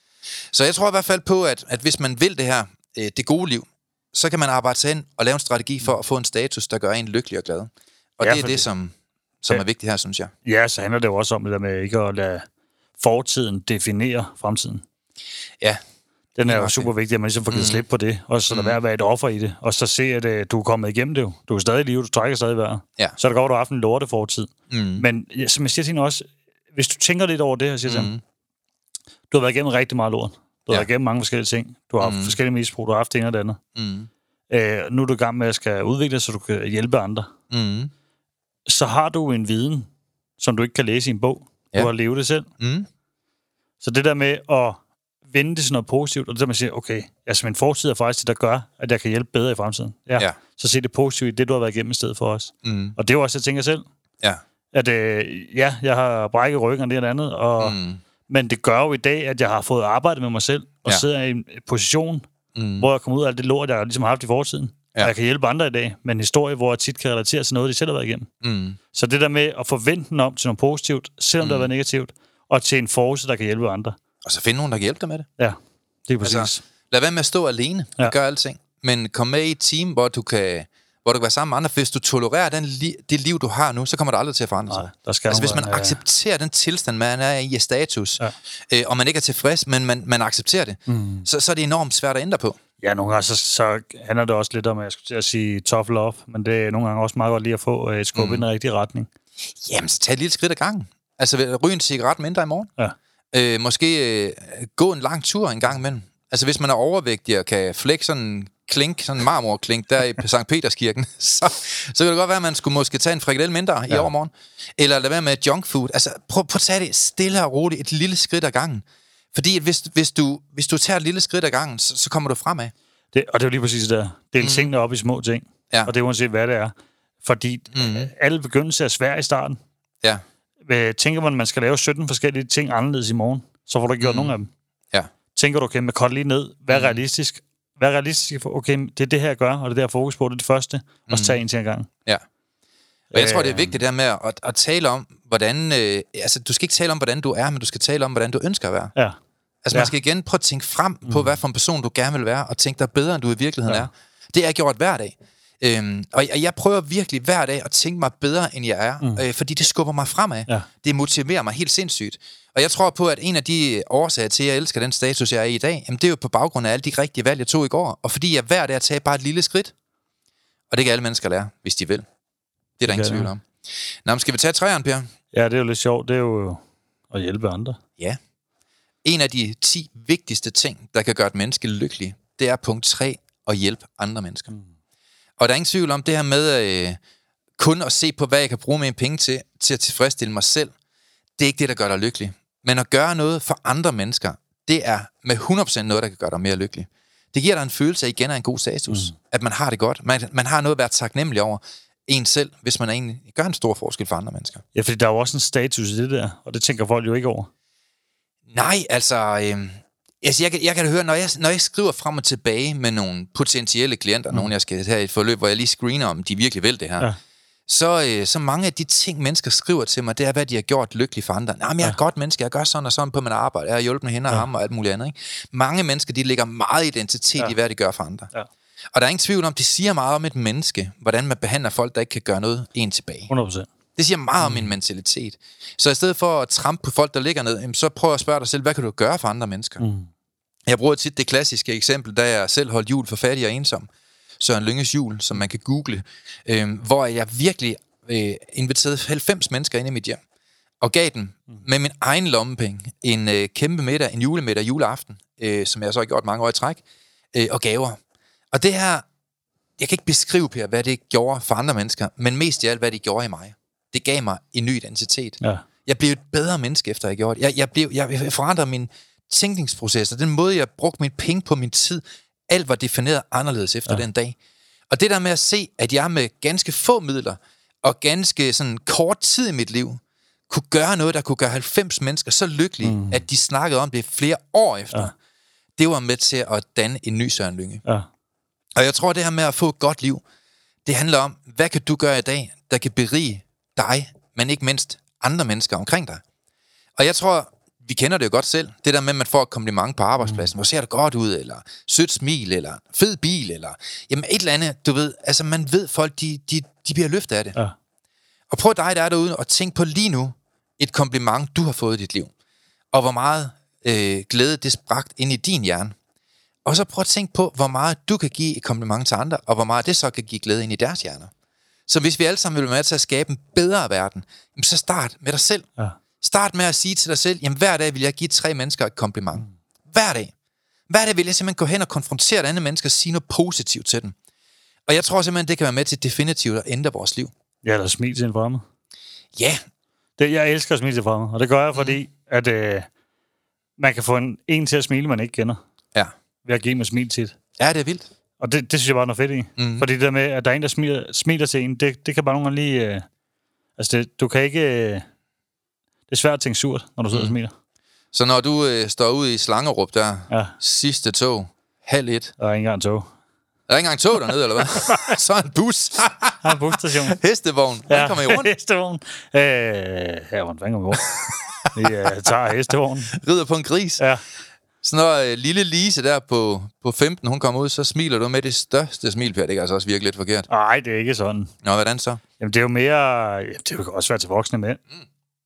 Så jeg tror i hvert fald på, at, at hvis man vil det her, øh, det gode liv, så kan man arbejde sig ind og lave en strategi for at få en status, der gør en lykkelig og glad. Og ja, det er det, som, som ja. er vigtigt her, synes jeg. Ja, så handler det jo også om det der med ikke at lade fortiden definere fremtiden. Ja. Den er jo super vigtig, at man ligesom får givet mm. slip på det, og så lade mm. være at være et offer i det, og så se, at uh, du er kommet igennem det jo. Du er stadig i live, du trækker stadig vejret. Ja. Så er det godt, at du har haft en lorte fortid. Mm. Men ja, som jeg siger til hende også, hvis du tænker lidt over det her, siger til mm. du har været igennem rigtig meget lort. Du har ja. været igennem mange forskellige ting. Du har haft mm. forskellige misbrug, du har haft det ene og det andet. Mm. Uh, nu er du i gang med at skal udvikle, så du kan hjælpe andre. Mm. Så har du en viden, som du ikke kan læse i en bog. Ja. Du har levet det selv. Mm. Så det der med at vende det sådan noget positivt, og det der man siger, okay, altså min fortid er faktisk det, der gør, at jeg kan hjælpe bedre i fremtiden. Ja. ja. Så se det positivt i det, du har været igennem i stedet for os. Mm. Og det er jo også, jeg tænker selv, ja. at øh, ja, jeg har brækket ryggen og det og det andet, og, mm. Men det gør jo i dag, at jeg har fået arbejdet med mig selv, og ja. sidder i en position, mm. hvor jeg kommer ud af alt det lort, jeg ligesom har haft i fortiden. Ja. Og jeg kan hjælpe andre i dag med en historie, hvor jeg tit kan relatere til noget, de selv har været igennem. Mm. Så det der med at forvente den om til noget positivt, selvom mm. det har været negativt, og til en force, der kan hjælpe andre. Og så finde nogen, der kan hjælpe dig med det. Ja, det er præcis. Altså, lad være med at stå alene og ja. gøre alting. Men kom med i et team, hvor du kan, hvor du kan være sammen med andre. Hvis du tolererer den li- det liv, du har nu, så kommer det aldrig til at forandre sig. Nej, der skal altså hvis man være, accepterer ja. den tilstand, man er i status, ja. øh, og man ikke er tilfreds, men man, man accepterer det, mm. så, så er det enormt svært at ændre på. Ja, nogle gange så, så handler det også lidt om, at jeg skulle til at sige tough love, men det er nogle gange også meget godt lige at få et skub mm. i den rigtige retning. Jamen, så tag et lille skridt ad gangen. Altså, ryge en cigaret mindre i morgen. Ja. Øh, måske øh, gå en lang tur en gang imellem. Altså, hvis man er overvægtig og kan flække sådan en klink, sådan en marmorklink der i Sankt Peterskirken, så, så kan det godt være, at man skulle måske tage en frikadelle mindre ja. i overmorgen. Eller lade være med junk food. Altså, prøv, prøv at tage det stille og roligt, et lille skridt ad gangen. Fordi hvis, hvis, du, hvis du tager et lille skridt ad gangen, så, så kommer du fremad. Det, og det er jo lige præcis det der. Del mm. tingene op i små ting. Ja. Og det er uanset, hvad det er. Fordi mm. alle begyndelser er svære i starten. Ja. Tænker man, at man skal lave sytten forskellige ting anderledes i morgen, så får du ikke gjort mm. nogen af dem. Ja. Tænker du, okay, med kort lige ned, hvad er realistisk? Hvad er realistisk? Okay, det er det her, jeg gør, og det er der fokus på, det er det første. Mm. Og så tage en til en gang. Ja. Og jeg tror, det er vigtigt der med at, at tale om, hvordan... Øh, altså, du skal ikke tale om, hvordan du er, men du skal tale om, hvordan du ønsker at være. Ja. Altså, ja. man skal igen prøve at tænke frem på, hvad for en person du gerne vil være, og tænke dig bedre, end du i virkeligheden ja. er. Det er jeg gjort hver dag. Øhm, og jeg, jeg prøver virkelig hver dag at tænke mig bedre, end jeg er, mm. øh, fordi det skubber mig fremad. Ja. Det motiverer mig helt sindssygt. Og jeg tror på, at en af de årsager til, at jeg elsker den status, jeg er i i dag, jamen, det er jo på baggrund af alle de rigtige valg, jeg tog i går. Og fordi jeg hver dag tager bare et lille skridt. Og det kan alle mennesker lære, hvis de vil. Det er der ingen tvivl om. Nå, men skal vi tage træerne, Per? Ja, det er jo lidt sjovt. Det er jo at hjælpe andre. Ja. En af de ti vigtigste ting, der kan gøre et menneske lykkelig, det er punkt tre, at hjælpe andre mennesker. Mm. Og der er ingen tvivl om det her med øh, kun at se på, hvad jeg kan bruge mine penge til, til at tilfredsstille mig selv. Det er ikke det, der gør dig lykkelig. Men at gøre noget for andre mennesker, det er med hundrede procent noget, der kan gøre dig mere lykkelig. Det giver dig en følelse af igen af en god status. Mm. At man har det godt. Man, man har noget at være taknemmelig over en selv, hvis man egentlig gør en stor forskel for andre mennesker. Ja, fordi der er jo også en status i det der, og det tænker folk jo ikke over. Nej, altså... Øh, Altså, jeg, kan, jeg kan da høre, når jeg, når jeg skriver frem og tilbage med nogle potentielle klienter, mm. nogen jeg skal have i et forløb, hvor jeg lige screener, om de virkelig vil det her, ja. så, øh, så mange af de ting, mennesker skriver til mig, det er, hvad de har gjort lykkeligt for andre. Nej, men jeg er ja. et godt menneske, jeg gør sådan og sådan på mit arbejde, jeg har hjulpet hende og ja. ham og alt muligt andet. Ikke? Mange mennesker, de lægger meget identitet ja. i, hvad de gør for andre. Ja. Og der er ingen tvivl om, det siger meget om et menneske, hvordan man behandler folk, der ikke kan gøre noget en tilbage. hundrede procent. Det siger meget mm. om min mentalitet. Så i stedet for at trampe på folk, der ligger ned, så prøv at spørge dig selv, hvad kan du gøre for andre mennesker? Mm. Jeg bruger tit det klassiske eksempel, da jeg selv holdt jul for fattig og ensom. Søren Lynges jul, som man kan google. Øh, hvor jeg virkelig øh, inviterede halvfems mennesker ind i mit hjem. Og gav dem mm. med min egen lommepenge en øh, kæmpe middag, en julemiddag juleaften, øh, som jeg så har gjort mange år i træk, øh, og gaver. Og det her, jeg kan ikke beskrive, Per, hvad det gjorde for andre mennesker, men mest i alt, hvad det gjorde i mig. Det gav mig en ny identitet. Ja. Jeg blev et bedre menneske, efter jeg gjorde det. Jeg, jeg, blev, jeg forandrede min tænkningsprocesser, den måde, jeg brugte mine penge på min tid, alt var defineret anderledes efter ja. den dag. Og det der med at se, at jeg med ganske få midler, og ganske sådan kort tid i mit liv, kunne gøre noget, der kunne gøre halvfems mennesker så lykkelige, mm. at de snakkede om det flere år efter, ja. det var med til at danne en ny Søren Lynge. Ja. Og jeg tror, det her med at få et godt liv, det handler om, hvad kan du gøre i dag, der kan berige dig, men ikke mindst andre mennesker omkring dig. Og jeg tror, vi kender det jo godt selv. Det der med, at man får et kompliment på arbejdspladsen. Hvor ser det godt ud, eller sødt smil, eller fed bil, eller jamen et eller andet, du ved. Altså, man ved, folk, de, de, de bliver løftet af det. Ja. Og prøv dig, der er derude, og tænk på lige nu et kompliment, du har fået i dit liv. Og hvor meget øh, glæde det spragt ind i din hjerne. Og så prøv at tænke på, hvor meget du kan give et kompliment til andre, og hvor meget det så kan give glæde ind i deres hjerner. Så hvis vi alle sammen vil være med til at skabe en bedre verden, så start med dig selv. Ja. Start med at sige til dig selv, jamen hver dag vil jeg give tre mennesker et kompliment. Mm. Hver dag. Hver dag vil jeg simpelthen gå hen og konfrontere et andet menneske og sige noget positivt til dem. Og jeg tror simpelthen, det kan være med til definitivt at ændre vores liv. Ja, eller smil til en fremmed. Ja. Det, jeg elsker at smile til fremmed, og det gør jeg, fordi mm. at øh, man kan få en, en til at smile, man ikke kender. Ja. Ved at give mig smil tit. Ja, det er vildt. Og det, det synes jeg bare er noget fedt i. Mm. Fordi det der med, at der er en, der smiler, smiler til en, det, det kan bare nogle gange lige... Øh, altså, det, du kan ikke... Øh, det er svært at tænke surt, når du sidder mm. og smiler. Så når du øh, står ude i Slangerup der, ja. sidste tog, halv et. Der er ikke engang tog. Der er ikke engang tog dernede, eller hvad? Så er en bus. Der er en busstation. Hestevogn. Hvordan ja. kommer I rundt? Hestevogn. Øh, ja, hvordan kommer vi rundt? Vi øh, tager hestevognen. Rider på en gris. Ja. Så når øh, lille Lise der på, på femten, hun kommer ud, så smiler du med det største smil, Per. Det kan altså også virke lidt forkert. Nej, det er ikke sådan. Nå, hvordan så? Jamen, det er jo mere... Jamen, det kan også være til voksne mænd. Mm.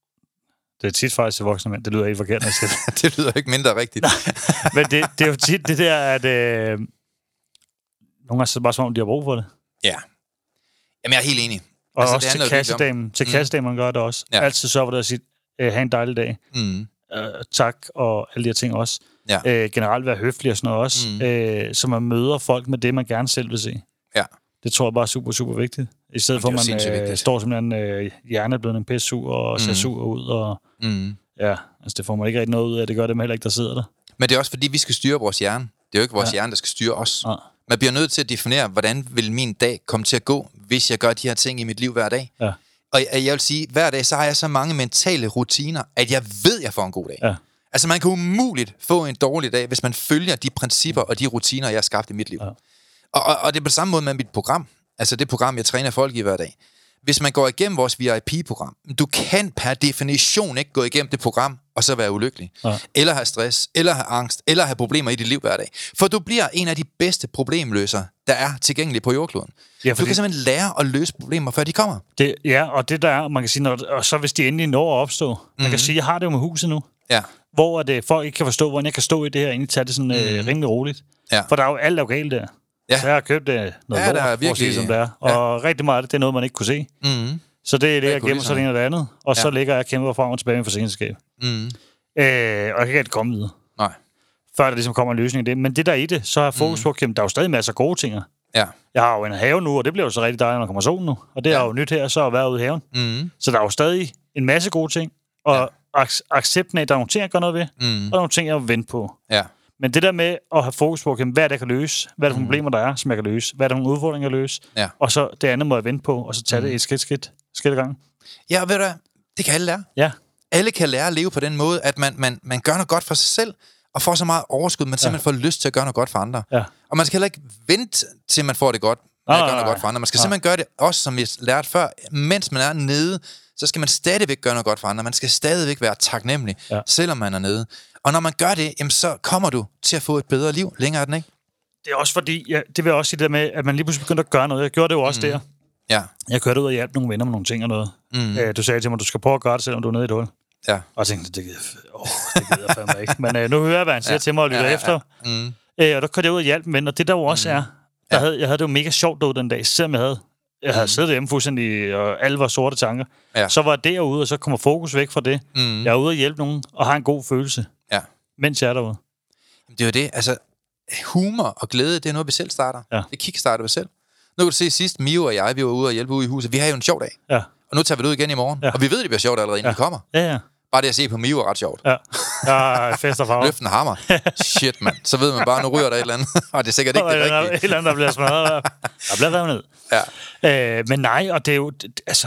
Det er tit faktisk til voksne mænd. Det lyder helt forkert, når jeg siger det. Det lyder ikke mindre rigtigt. Men det, det er jo tit det der, at... Øh, nogle gange så bare som om, de har brug for det. Ja. Jamen, jeg er helt enig. Og altså, også til kassedamen. Til mm. kassedamen gør det også. Ja. Altid så var det at sige, øh, have en dejlig dag. Mm. Øh, tak, og alle de her ting også. Ja. Øh, generelt være høflig og sådan noget også. Mm. Øh, så man møder folk med det, man gerne selv vil se. Ja. Det tror jeg bare er super, super vigtigt. I stedet for, at man øh, står som en øh, hjerneblødning pissur og mm. ser sur ud. Og, mm. Ja, altså det får man ikke rigtig noget ud af. Det gør dem heller ikke, der sidder der. Men det er også fordi, vi skal styre vores hjerne. Det er jo ikke vores ja. hjerne, der skal styre os. Ja. Man bliver nødt til at definere, hvordan vil min dag komme til at gå, hvis jeg gør de her ting i mit liv hver dag. Ja. Og jeg, jeg vil sige, hver dag, så har jeg så mange mentale rutiner, at jeg ved, jeg får en god dag. Ja. Altså, man kan umuligt få en dårlig dag, hvis man følger de principper og de rutiner, jeg har skabt i mit liv. Ja. Og, og, og det er på samme måde med mit program. Altså, det program, jeg træner folk i hver dag. Hvis man går igennem vores V I P-program, du kan per definition ikke gå igennem det program, og så være ulykkelig. Ja. Eller have stress, eller have angst, eller have problemer i dit liv hver dag. For du bliver en af de bedste problemløsere, der er tilgængelige på jordkloden. Ja, du kan simpelthen lære at løse problemer, før de kommer. Det, ja, og det der er, man kan sige, når, og så hvis de endelig når at opstå. Mm-hmm. Man kan sige, jeg har det jo med huset nu. Ja. Hvor det, folk ikke kan forstå, hvordan jeg kan stå i det her, og egentlig tage det sådan mm. øh, rimelig roligt. Ja. For der er jo alt er jo galt der. Ja. Så jeg har købt det noget ja, lort, virkelig, for at sige, som det er. Og ja. rigtig meget af det, det er noget, man ikke kunne se. Mm. Så det er det, jeg gemmer sådan en eller andet. Og ja. så ligger jeg og kæmper frem og tilbage med forsikringsskab. Mm. Øh, og jeg kan ikke komme videre. Nej. Før der ligesom kommer en løsning i det. Men det der i det, så har jeg fokus på, at der er jo stadig masser af gode ting. Ja. Jeg har jo en have nu, og det bliver jo så rigtig dejligt, når der kommer solen nu. Og det er ja. jo nyt her, så at være ude i haven. Mm. Så der er jo stadig en masse gode ting. Og ja. ac- accepten af, at der er nogle ting, jeg gør noget ved. Mm. Og der er nogle ting, jeg vil vente på. Ja. Men det der med at have fokus på, hvad er det, jeg kan løse? Hvad er det for problemer, der er, som jeg kan løse? Hvad er det for nogle udfordringer, jeg kan løse? Ja. Og så det andet må jeg vente på, og så tage mm. det et skridt, skridt, skridt ad gangen. Ja, ved du hvad? Det kan alle lære. Ja. Alle kan lære at leve på den måde, at man, man, man gør noget godt for sig selv, og får så meget overskud, man simpelthen ja. får lyst til at gøre noget godt for andre. Ja. Og man skal heller ikke vente, til man får det godt, med at gøre noget godt for andre. Man skal ja. simpelthen gøre det, også som vi lærte før, mens man er nede, så skal man stadigvæk gøre noget godt for andre. Man skal stadigvæk være taknemmelig, ja. selvom man er nede. Og når man gør det, jamen, så kommer du til at få et bedre liv. Længere er den, ikke? Det er også fordi, ja, det vil også sige det med, at man lige pludselig begynder at gøre noget. Jeg gjorde det jo også mm. der. Ja. Jeg kørte ud og hjalp nogle venner med nogle ting og noget. Mm. Æ, du sagde til mig, at du skal prøve at gøre det, selvom du er nede i et hul. Ja. Og jeg tænkte, det gider, åh, det gider jeg fandme ikke. Men øh, nu hører jeg, hvad han siger ja. til mig og lytter ja, ja, ja. efter. Mm. Æ, og der kørte jeg ud og hjalp en ven, og det der jo også mm. er, jeg, ja. havde, jeg havde det jo mega sjovt derude den dag, selvom jeg havde, jeg havde mm. siddet hjemme fuldstændig, og alle var sorte tanker. Ja. Så var jeg derude, og så kommer fokus væk fra det. Mm. Jeg er ude og hjælpe nogen, og har en god følelse. Ja. Mens jeg er derude. Det er jo det, altså humor og glæde, det er noget, vi selv starter. Ja. Det kickstarter vi selv. Nu kan du se sidst, Mio og jeg, vi var ude og hjælpe ude i huset. Vi har jo en sjov dag. Ja. Og nu tager vi det ud igen i morgen. Ja. Og vi ved, det bliver sjovt allerede, inden ja. vi kommer. Ja, ja. Bare det at se på Mio er ret sjovt. Ja, ja fest og farver. Løften hammer. Shit, mand. Så ved man bare, nu ryger der et eller andet. Og det er sikkert ikke det rigtige. Et eller andet, der bliver smadret. Der bliver været ned. Ja. Øh, men nej, og det er jo, det, altså,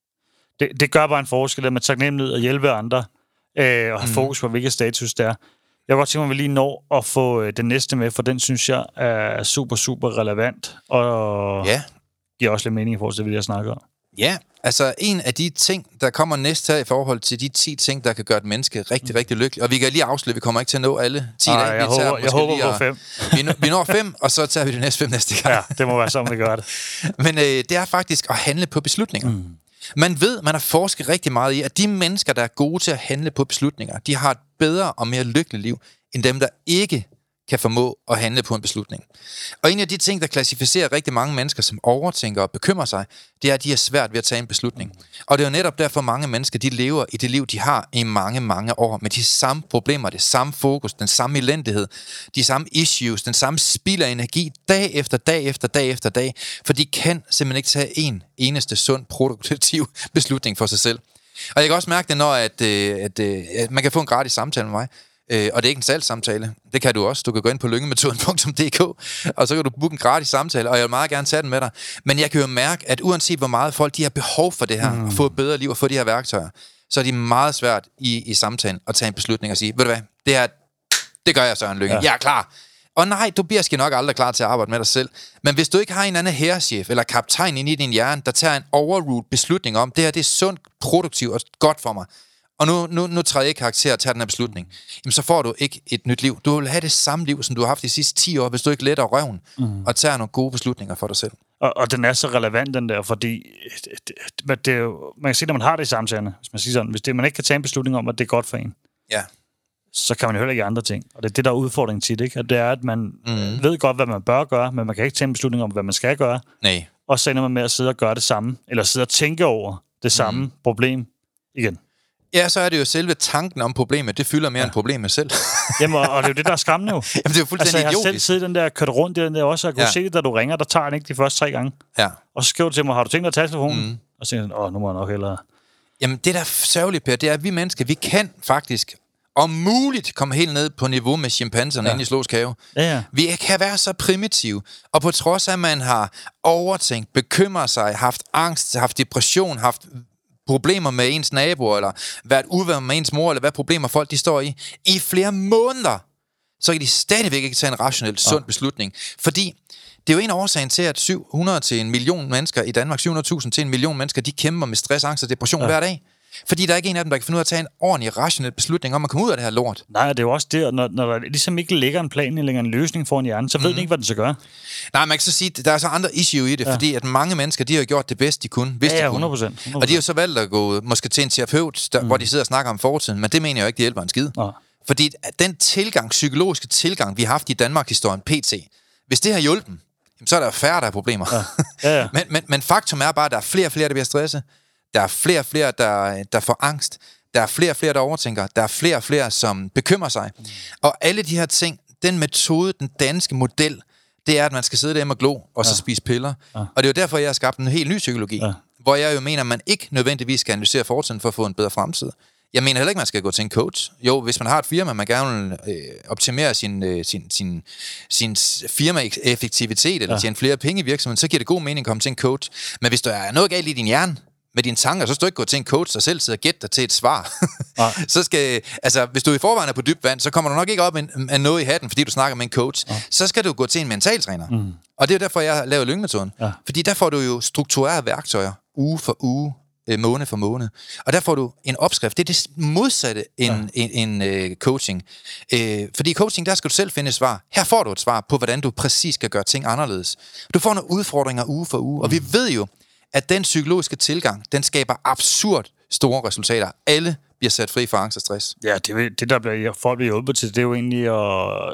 det, det gør bare en forskel, med taknemmelighed og hjælpe andre. Øh, og have mm. fokus på, hvilken status det er. Jeg kan godt tænke mig, at vi lige når at få øh, den næste med, for den synes jeg er super, super relevant. Og ja. giver også lidt mening i forhold til det, vi lige har snakket om. Ja, altså en af de ting, der kommer næste her i forhold til de ti ting, der kan gøre et menneske rigtig, rigtig lykkelig. Og vi kan lige afslutte, vi kommer ikke til at nå alle ti dage. Jeg, tager, håber, jeg håber på fem. Vi, når, vi når fem, og så tager vi det næste fem næste gang. Ja, det må være sådan, vi gør det. Men øh, det er faktisk at handle på beslutninger. Mm. Man ved, man har forsket rigtig meget i, at de mennesker, der er gode til at handle på beslutninger, de har et bedre og mere lykkeligt liv, end dem, der ikke kan formå at handle på en beslutning. Og en af de ting, der klassificerer rigtig mange mennesker, som overtænker og bekymrer sig, det er, at de er svært ved at tage en beslutning. Og det er jo netop derfor, mange mennesker, de lever i det liv, de har i mange, mange år, med de samme problemer, det samme fokus, den samme elendighed, de samme issues, den samme spild af energi, dag efter dag efter dag efter dag, for de kan simpelthen ikke tage en eneste sund, produktiv beslutning for sig selv. Og jeg kan også mærke det, når at, at, at, at man kan få en gratis samtale med mig, Øh, og det er ikke en salgssamtale. Det kan du også. Du kan gå ind på lyngemetoden punktum d k, og så kan du booke en gratis samtale, og jeg vil meget gerne tage den med dig. Men jeg kan jo mærke, at uanset hvor meget folk de har behov for det her, mm. at få et bedre liv og få de her værktøjer, så er det meget svært i, i samtalen at tage en beslutning og sige, ved du hvad, det her, det gør jeg, Søren Lynge. Ja. Jeg er klar. Og nej, du bliver sgu nok aldrig klar til at arbejde med dig selv. Men hvis du ikke har en anden herrechef eller kaptajn inde i din hjerne, der tager en overruled beslutning om, det her det er sundt, produktivt og godt for mig, og nu, nu, nu træder jeg karakter og tager den her beslutning, jamen så får du ikke et nyt liv. Du vil have det samme liv, som du har haft de sidste ti år, hvis du ikke letter røven mm. og tager nogle gode beslutninger for dig selv. Og, og den er så relevant, den der, fordi det, det, det er jo, man kan sige, når man har det i samtalerne, hvis man siger sådan, hvis det, man ikke kan tage en beslutning om, at det er godt for en, ja. så kan man jo heller ikke andre ting. Og det er det, der er udfordringen tit, ikke? Og det er, at man mm. ved godt, hvad man bør gøre, men man kan ikke tage en beslutning om, hvad man skal gøre. Nej. Og så ender man med at sidde og gøre det samme, eller sidde og tænke over det samme mm. problem igen. Ja, så er det jo selve tanken om problemet, det fylder mere ja. end problemet selv. Jamen, og, og det er jo det, der er skræmmende jo. Jamen, det er jo fuldstændig altså, jeg har idiotisk. selv siddet den der, kørt rundt i den der også, og kunne ja. se det, da du ringer, der tager den ikke de første tre gange. Ja. Og så skriver du til mig, har du tænkt dig at tage telefonen? Mm. Og så tænker jeg, åh, nu må jeg nok hellere... Jamen, det der er sørgeligt, Per, det er, at vi mennesker, vi kan faktisk om muligt komme helt ned på niveau med chimpanserne ja. inde i Zoologisk Have. Ja, ja. Vi kan være så primitive, og på trods af, at man har overtænkt, bekymret sig, haft angst, haft depression, haft problemer med ens naboer, eller været uvenner med ens mor, eller hvad problemer folk de står i, i flere måneder, så kan de stadigvæk ikke tage en rationel, sund ja. beslutning. Fordi det er jo en af årsagen til, at syv hundrede til en million mennesker i Danmark, syv hundrede tusind til en million mennesker, de kæmper med stress, angst og depression ja. hver dag. Fordi der er ikke en af dem, der kan finde ud af at tage en ordentlig, rationel beslutning om at komme ud af det her lort. Nej, det er jo også det, når, når der ligesom ikke ligger en plan eller en løsning foran hjernen, så ved mm. den ikke, hvad den skal gøre. Nej, man kan så sige, der er så andre issue i det, ja. fordi at mange mennesker, de har gjort det bedst, de kunne, hvis ja, ja, de kunne. hundrede procent, hundrede procent. Og de har så valgt at gå måske til en terapeut, der, mm. hvor de sidder og snakker om fortiden, men det mener jeg jo ikke, det hjælper en skid. Ja. Fordi den tilgang, psykologiske tilgang, vi har haft i Danmark-historien, P T, hvis det har hjulpet, så er der færre, der har problemer. Ja. Ja, ja. men, men, men faktum er bare, at der er flere og flere, der bliver stresset. Der er flere og flere, der, der får angst. Der er flere og flere, der overtænker. Der er flere og flere, som bekymrer sig. Mm. Og alle de her ting, den metode, den danske model, det er, at man skal sidde derhjemme og glo, og så ja. spise piller. Ja. Og det er jo derfor, jeg har skabt en helt ny psykologi, ja. hvor jeg jo mener, at man ikke nødvendigvis skal analysere fortiden for at få en bedre fremtid. Jeg mener heller ikke, man skal gå til en coach. Jo, hvis man har et firma, man gerne vil øh, optimere sin, øh, sin, sin, sin firma-effektivitet, eller ja. tjene flere penge i virksomheden, så giver det god mening at komme til en coach. Men hvis der er noget galt i din hjerne, med dine tanker, så skal du ikke gå til en coach, der selv sidder og gætter dig til et svar. Ja. så skal, altså, hvis du i forvejen er på dybt vand, så kommer du nok ikke op med noget i hatten, fordi du snakker med en coach. Ja. Så skal du gå til en mentaltræner. Mm. Og det er derfor, jeg har lavet Lynge-metoden. Ja. Fordi der får du jo strukturerede værktøjer, uge for uge, måned for måned. Og der får du en opskrift. Det er det modsatte end ja. en, en uh, coaching. Uh, fordi i coaching, der skal du selv finde et svar. Her får du et svar på, hvordan du præcis skal gøre ting anderledes. Du får nogle udfordringer uge for uge. Mm. Og vi ved jo, at den psykologiske tilgang, den skaber absurd store resultater. Alle bliver sat fri for angst og stress. Ja, det, det der bliver, folk bliver hjulpet til, det er jo egentlig at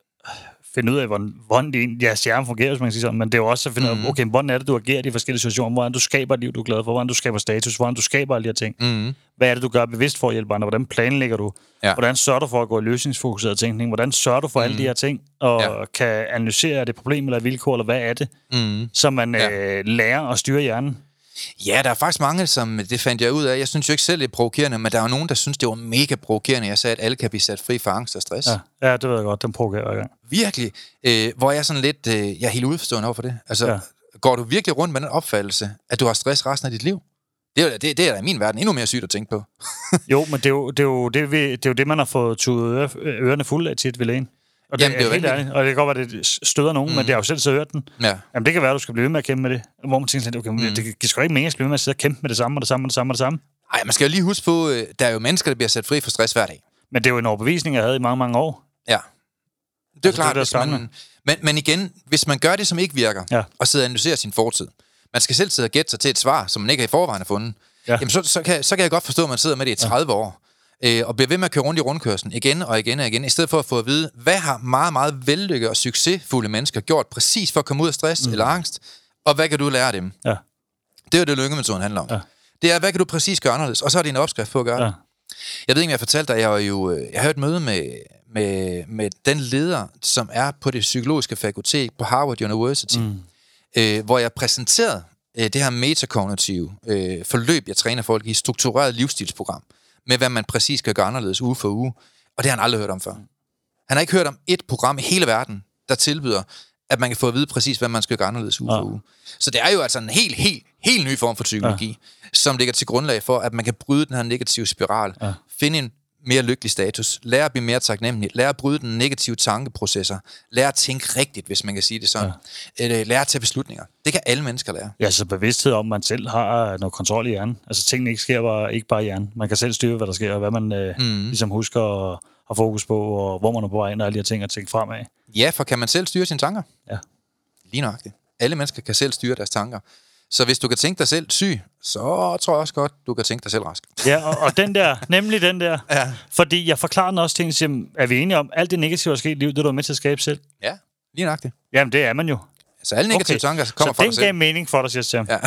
finde ud af, hvordan, hvordan det, jeres hjerne fungerer, hvis man kan sige sådan. Men det er jo også at finde ud af, okay, hvordan er det, du agerer i de forskellige situationer, hvordan du skaber et liv, du er glad for, hvordan du skaber status, hvordan du skaber alle de her ting. Mm. Hvad er det, du gør bevidst for at hjælpe andre? Hvordan planlægger du? Ja. Hvordan sørger du for at gå i løsningsfokuseret tænkning? Hvordan sørger du for mm. alle de her ting? Og ja. kan analysere, er det problem eller vilkår, eller hvad er det? Mm. Så man ja. øh, lærer at styre hjernen. Ja, der er faktisk mange, som det fandt jeg ud af. Jeg synes jo ikke selv, det er provokerende, men der er jo nogen, der synes, det var mega provokerende. Jeg sagde, at alle kan blive sat fri for angst og stress. Ja, ja det ved jeg godt. Den provokerer jeg. Virkelig. Øh, hvor jeg er sådan lidt, øh, jeg er helt uforstående over for det. Altså, ja. går du virkelig rundt med den opfattelse, at du har stress resten af dit liv? Det er, det, det er da i min verden endnu mere sygt at tænke på. jo, men det er jo det, er jo, det, det, er jo det man har fået tudet ørerne fulde af tit ved lægen. Og det, Jamen, det er helt ærligt. Og det kan godt være, at det støder nogen, mm. men det har jo selv siddet hørt den. Ja. Jamen, det kan være, at du skal blive ved med at kæmpe med det. Hvor man tænker, okay, mm. det, det skal jo ikke mening at blive ved med at sidde og kæmpe med det samme, og det samme, og det samme, og det samme. Nej, man skal jo lige huske på, der er jo mennesker, der bliver sat fri for stress hver dag. Men det er jo en overbevisning, jeg havde i mange, mange år. Ja. Det er altså, klart, det er man, men, men igen, hvis man gør det, som ikke virker, ja. og sidder og analyserer sin fortid, man skal selv sidde og gætte sig til et svar, som man ikke har i forvejen har fundet, ja. jamen, så, så, kan, så kan jeg godt forstå, at man sidder med det i tredive ja. år. Og bliver ved med at køre rundt i rundkørslen igen og igen og igen, i stedet for at få at vide, hvad har meget, meget vellykkede og succesfulde mennesker gjort præcis for at komme ud af stress mm. eller angst, og hvad kan du lære af dem? Ja. Det er jo det, Lynge-metoden handler om. Ja. Det er, hvad kan du præcis gøre anderledes, og så er det en opskrift på at gøre ja. det. Jeg ved ikke, om jeg fortalte dig, jeg har jo jeg har et møde med, med, med den leder, som er på det psykologiske fakultet på Harvard University, mm. øh, hvor jeg præsenterede øh, det her metakognitive øh, forløb, jeg træner folk i, struktureret livsstilsprogram, med hvad man præcis skal gøre anderledes uge for uge. Og det har han aldrig hørt om før. Han har ikke hørt om et program i hele verden, der tilbyder, at man kan få at vide præcis, hvad man skal gøre anderledes uge ja. for uge. Så det er jo altså en helt, helt, helt ny form for psykologi, ja. som ligger til grundlag for, at man kan bryde den her negative spiral, ja. finde en mere lykkelig status, lære at blive mere taknemmelig, lære at bryde den negative tankeprocesser, lære at tænke rigtigt, hvis man kan sige det sådan, ja. lære at tage beslutninger. Det kan alle mennesker lære. Ja, så bevidsthed om, at man selv har noget kontrol i hjernen. Altså tingene ikke sker bare, ikke bare i hjernen. Man kan selv styre, hvad der sker, og hvad man øh, mm. ligesom husker at have fokus på, og hvor man er på vej ind, og alle de her ting at tænke fremad. Ja, for kan man selv styre sine tanker? Ja. Lige nøjagtigt. Alle mennesker kan selv styre deres tanker. Så hvis du kan tænke dig selv syg, så tror jeg også godt, du kan tænke dig selv rask. Ja, og, og den der, nemlig den der. Ja. Fordi jeg forklarer den også til en, er vi enige om, alt det negative, der sker i livet, det er du med til at skabe selv? Ja, lige nøjagtigt. Jamen, det er man jo. Så alle negative okay. tanker kommer så fra dig selv. Så den gav mening for dig, siger Sam. Ja.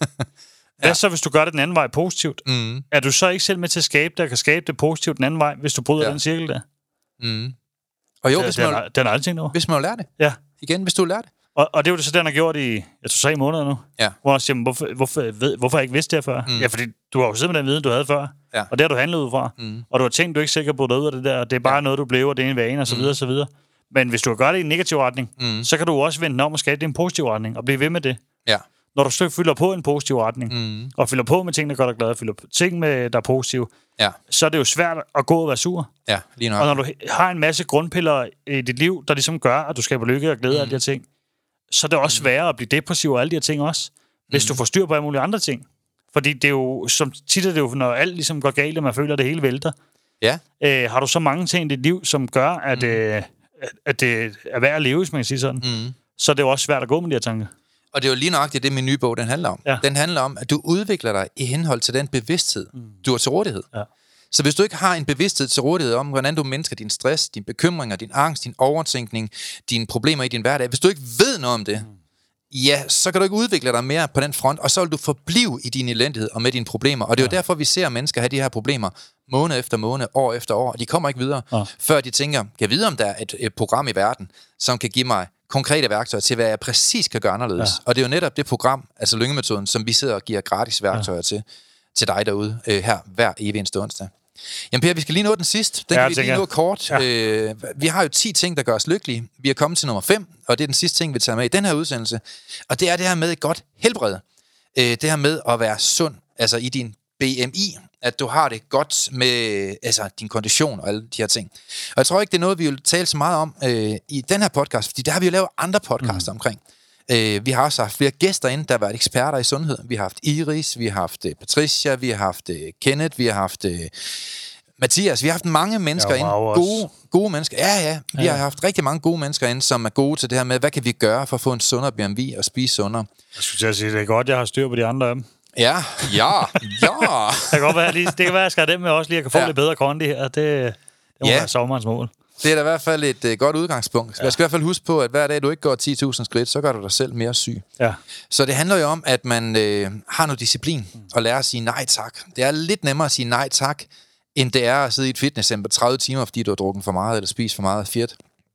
Hvad ja. så, hvis du gør det den anden vej positivt? Mm. Er du så ikke selv med til at skabe det, og kan skabe det positivt den anden vej, hvis du bryder ja. den cirkel der? Mm. Og jo, det, hvis den, man... Den er aldrig tænkt over. Hvis man lærer det. Ja. Igen, hvis du lærer det. Og, og det er jo det så, den har gjort i, jeg tror, tre måneder nu. Ja. Hvor jeg siger, hvorfor, hvorfor, ved, hvorfor jeg ikke vidste det før? Mm. Ja, fordi du har jo siddet med den viden, du havde før. Ja. Og det har du handlet ud fra. Mm. Og du har tænkt, du er ikke sikker på, at du er ud af det der. Og det er bare ja. noget, du bliver, og det er en vane, og så videre, og så videre. Men hvis du gør det i en negativ retning, mm. så kan du også vende om og skabe det i en positiv retning, og blive ved med det. Ja. Når du så fylder på en positiv retning, mm. og fylder på med ting, der gør dig glad, og fylder på ting, med, der er positive, ja. så er det jo svært at gå og være sur. Ja, lige nok. Og når du har en masse grundpiller i dit liv, der ligesom gør, at du skaber lykke og glæde af mm. alle de her ting, så er det også sværere at blive depressiv og alle de her ting også, hvis mm. du får styr på alle mulige andre ting. Fordi det er jo, som tit er det jo, når alt ligesom går galt, og man føler, at det hele vælter. Ja. Øh, har du så mange ting i dit liv, som gør, at, mm. øh, at det er værd at leve, hvis man kan sige sådan, mm. så er det jo også svært at gå med de her tanker. Og det er jo lige nøjagtigt det, min nye bog, den handler om. Ja. Den handler om, at du udvikler dig i henhold til den bevidsthed, mm. du har til rådighed. Ja. Så hvis du ikke har en bevidsthed til rådighed om, hvordan du mindsker din stress, dine bekymringer, din angst, din overtænkning, dine problemer i din hverdag, hvis du ikke ved noget om det, mm. ja, så kan du ikke udvikle dig mere på den front, og så vil du forblive i din elendighed og med dine problemer. Og det er jo ja. derfor, vi ser mennesker have de her problemer måned efter måned, år efter år, og de kommer ikke videre, ja. før de tænker, kan jeg vide, om der er et, et program i verden, som kan give mig konkrete værktøjer til, hvad jeg præcis kan gøre anderledes. Ja. Og det er jo netop det program, altså lyngemetoden, som vi sidder og giver gratis værktøjer ja. til, til dig derude, øh, her hver evig eneste onsdag. Jamen Per, vi skal lige nå den sidste. Den ja, kan vi lige nå kort. Ja. Øh, vi har jo ti ting, der gør os lykkelige. Vi er kommet til nummer fem, og det er den sidste ting, vi tager med i den her udsendelse. Og det er det her med et godt helbred. Øh, det her med at være sund, altså i din B M I, at du har det godt med altså, din kondition og alle de her ting. Og jeg tror ikke, det er noget, vi vil tale så meget om øh, i den her podcast, fordi der har vi jo lavet andre podcaster mm. omkring. Øh, vi har også haft flere gæster inde, der har været eksperter i sundhed. Vi har haft Iris, vi har haft uh, Patricia, vi har haft uh, Kenneth, vi har haft uh, Mathias. Vi har haft mange mennesker ja, wow, inde. Gode, gode mennesker. Ja, ja. Vi ja. har haft rigtig mange gode mennesker inde, som er gode til det her med, hvad kan vi gøre for at få en sundere B M I og spise sundere. Jeg skulle til at sige, det er godt, jeg har styr på de andre af dem. Ja, ja, ja. det, kan godt være, lige, det kan være, at jeg skal have dem med også lige at kan få ja. lidt bedre kondi her. Det, det må ja. være sommerens mål. Det er da i hvert fald et uh, godt udgangspunkt. Ja. Jeg skal i hvert fald huske på, at hver dag du ikke går ti tusind skridt, så gør du dig selv mere syg. Ja. Så det handler jo om, at man øh, har noget disciplin og lærer at sige nej tak. Det er lidt nemmere at sige nej tak, end det er at sidde i et fitnesscenter tredive timer, fordi du har drukket for meget eller spist for meget fedt.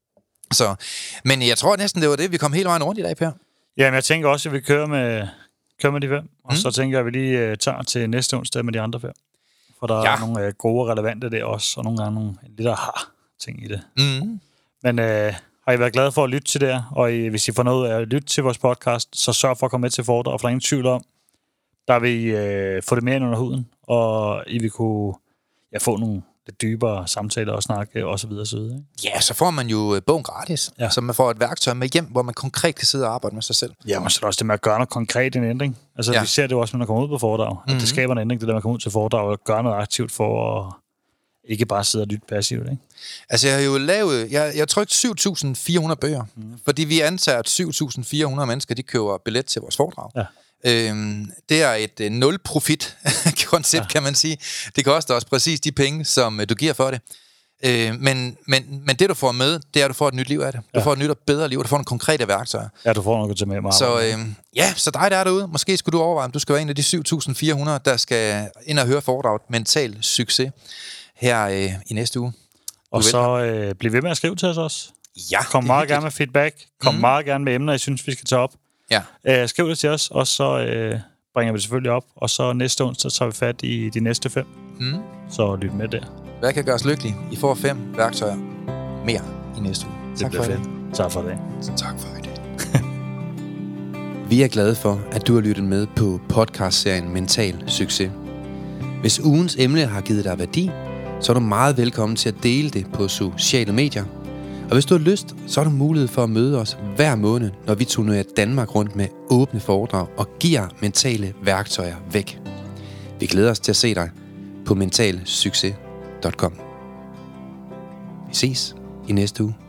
Så, men jeg tror næsten, det var det, vi kom hele vejen rundt i dag, Per. Jamen, jeg tænker også, at vi kører med, kører med de fem, og mm. så tænker jeg, at vi lige uh, tager til næste onsdag med de andre fem. For der ja. er nogle uh, gode og relevante der også, og nogle gange nogle lidt har ting i det. Mm. Men øh, har I været glade for at lytte til det her? Og I, hvis I får noget af at lytte til vores podcast, så sørg for at komme med til foredrag, og for ingen tvivl om, der vil I øh, få det mere ind under huden, og I vil kunne ja, få nogle lidt dybere samtaler og snakke, og så videre, så videre. Ikke? Ja, så får man jo bogen gratis, ja. så man får et værktøj med hjem, hvor man konkret kan sidde og arbejde med sig selv. Ja, men så er det også det med at gøre noget konkret, en ændring. Altså, ja. vi ser det jo også, når man kommer ud på foredrag, at mm-hmm. det skaber en ændring, det der, man kommer ud til foredrag og gøre noget aktivt for at ikke bare sidde og lytte passivt, ikke? Altså, jeg har jo lavet... Jeg, jeg har trykt syv tusind fire hundrede bøger, mm. fordi vi antager, at syv tusind fire hundrede mennesker, de køber billet til vores foredrag. Ja. Øhm, det er et uh, nul-profit-koncept, ja. kan man sige. Det koster også præcis de penge, som uh, du giver for det. Øh, men, men, men det, du får med, det er, at du får et nyt liv af det. Du ja. får et nyt og bedre liv, du får nogle konkrete værktøjer. Ja, du får noget til med mig. Så øh, ja, så dig, der er derude. Måske skulle du overveje, om du skal være en af de syv tusind fire hundrede, der skal ind og høre foredraget Mental Succes her øh, i næste uge. Og så øh, bliv ved med at skrive til os også. Ja, kom meget hyggeligt. Gerne med feedback. Kom mm. meget gerne med emner, I synes, vi skal tage op. Ja. Øh, skriv det til os, og så øh, bringer vi det selvfølgelig op. Og så næste onsdag tager vi fat i de næste fem. Mm. Så lyt med der. Hvad kan gøre os lykkelige? I får fem værktøjer mere i næste uge. Tak for det. Tak for det. Tak for det. Vi er glade for, at du har lyttet med på podcastserien Mental Succes. Hvis ugens emne har givet dig værdi, så er du meget velkommen til at dele det på sociale medier. Og hvis du har lyst, så har du mulighed for at møde os hver måned, når vi turnerer Danmark rundt med åbne foredrag og giver mentale værktøjer væk. Vi glæder os til at se dig på mental succes punktum com. Vi ses i næste uge.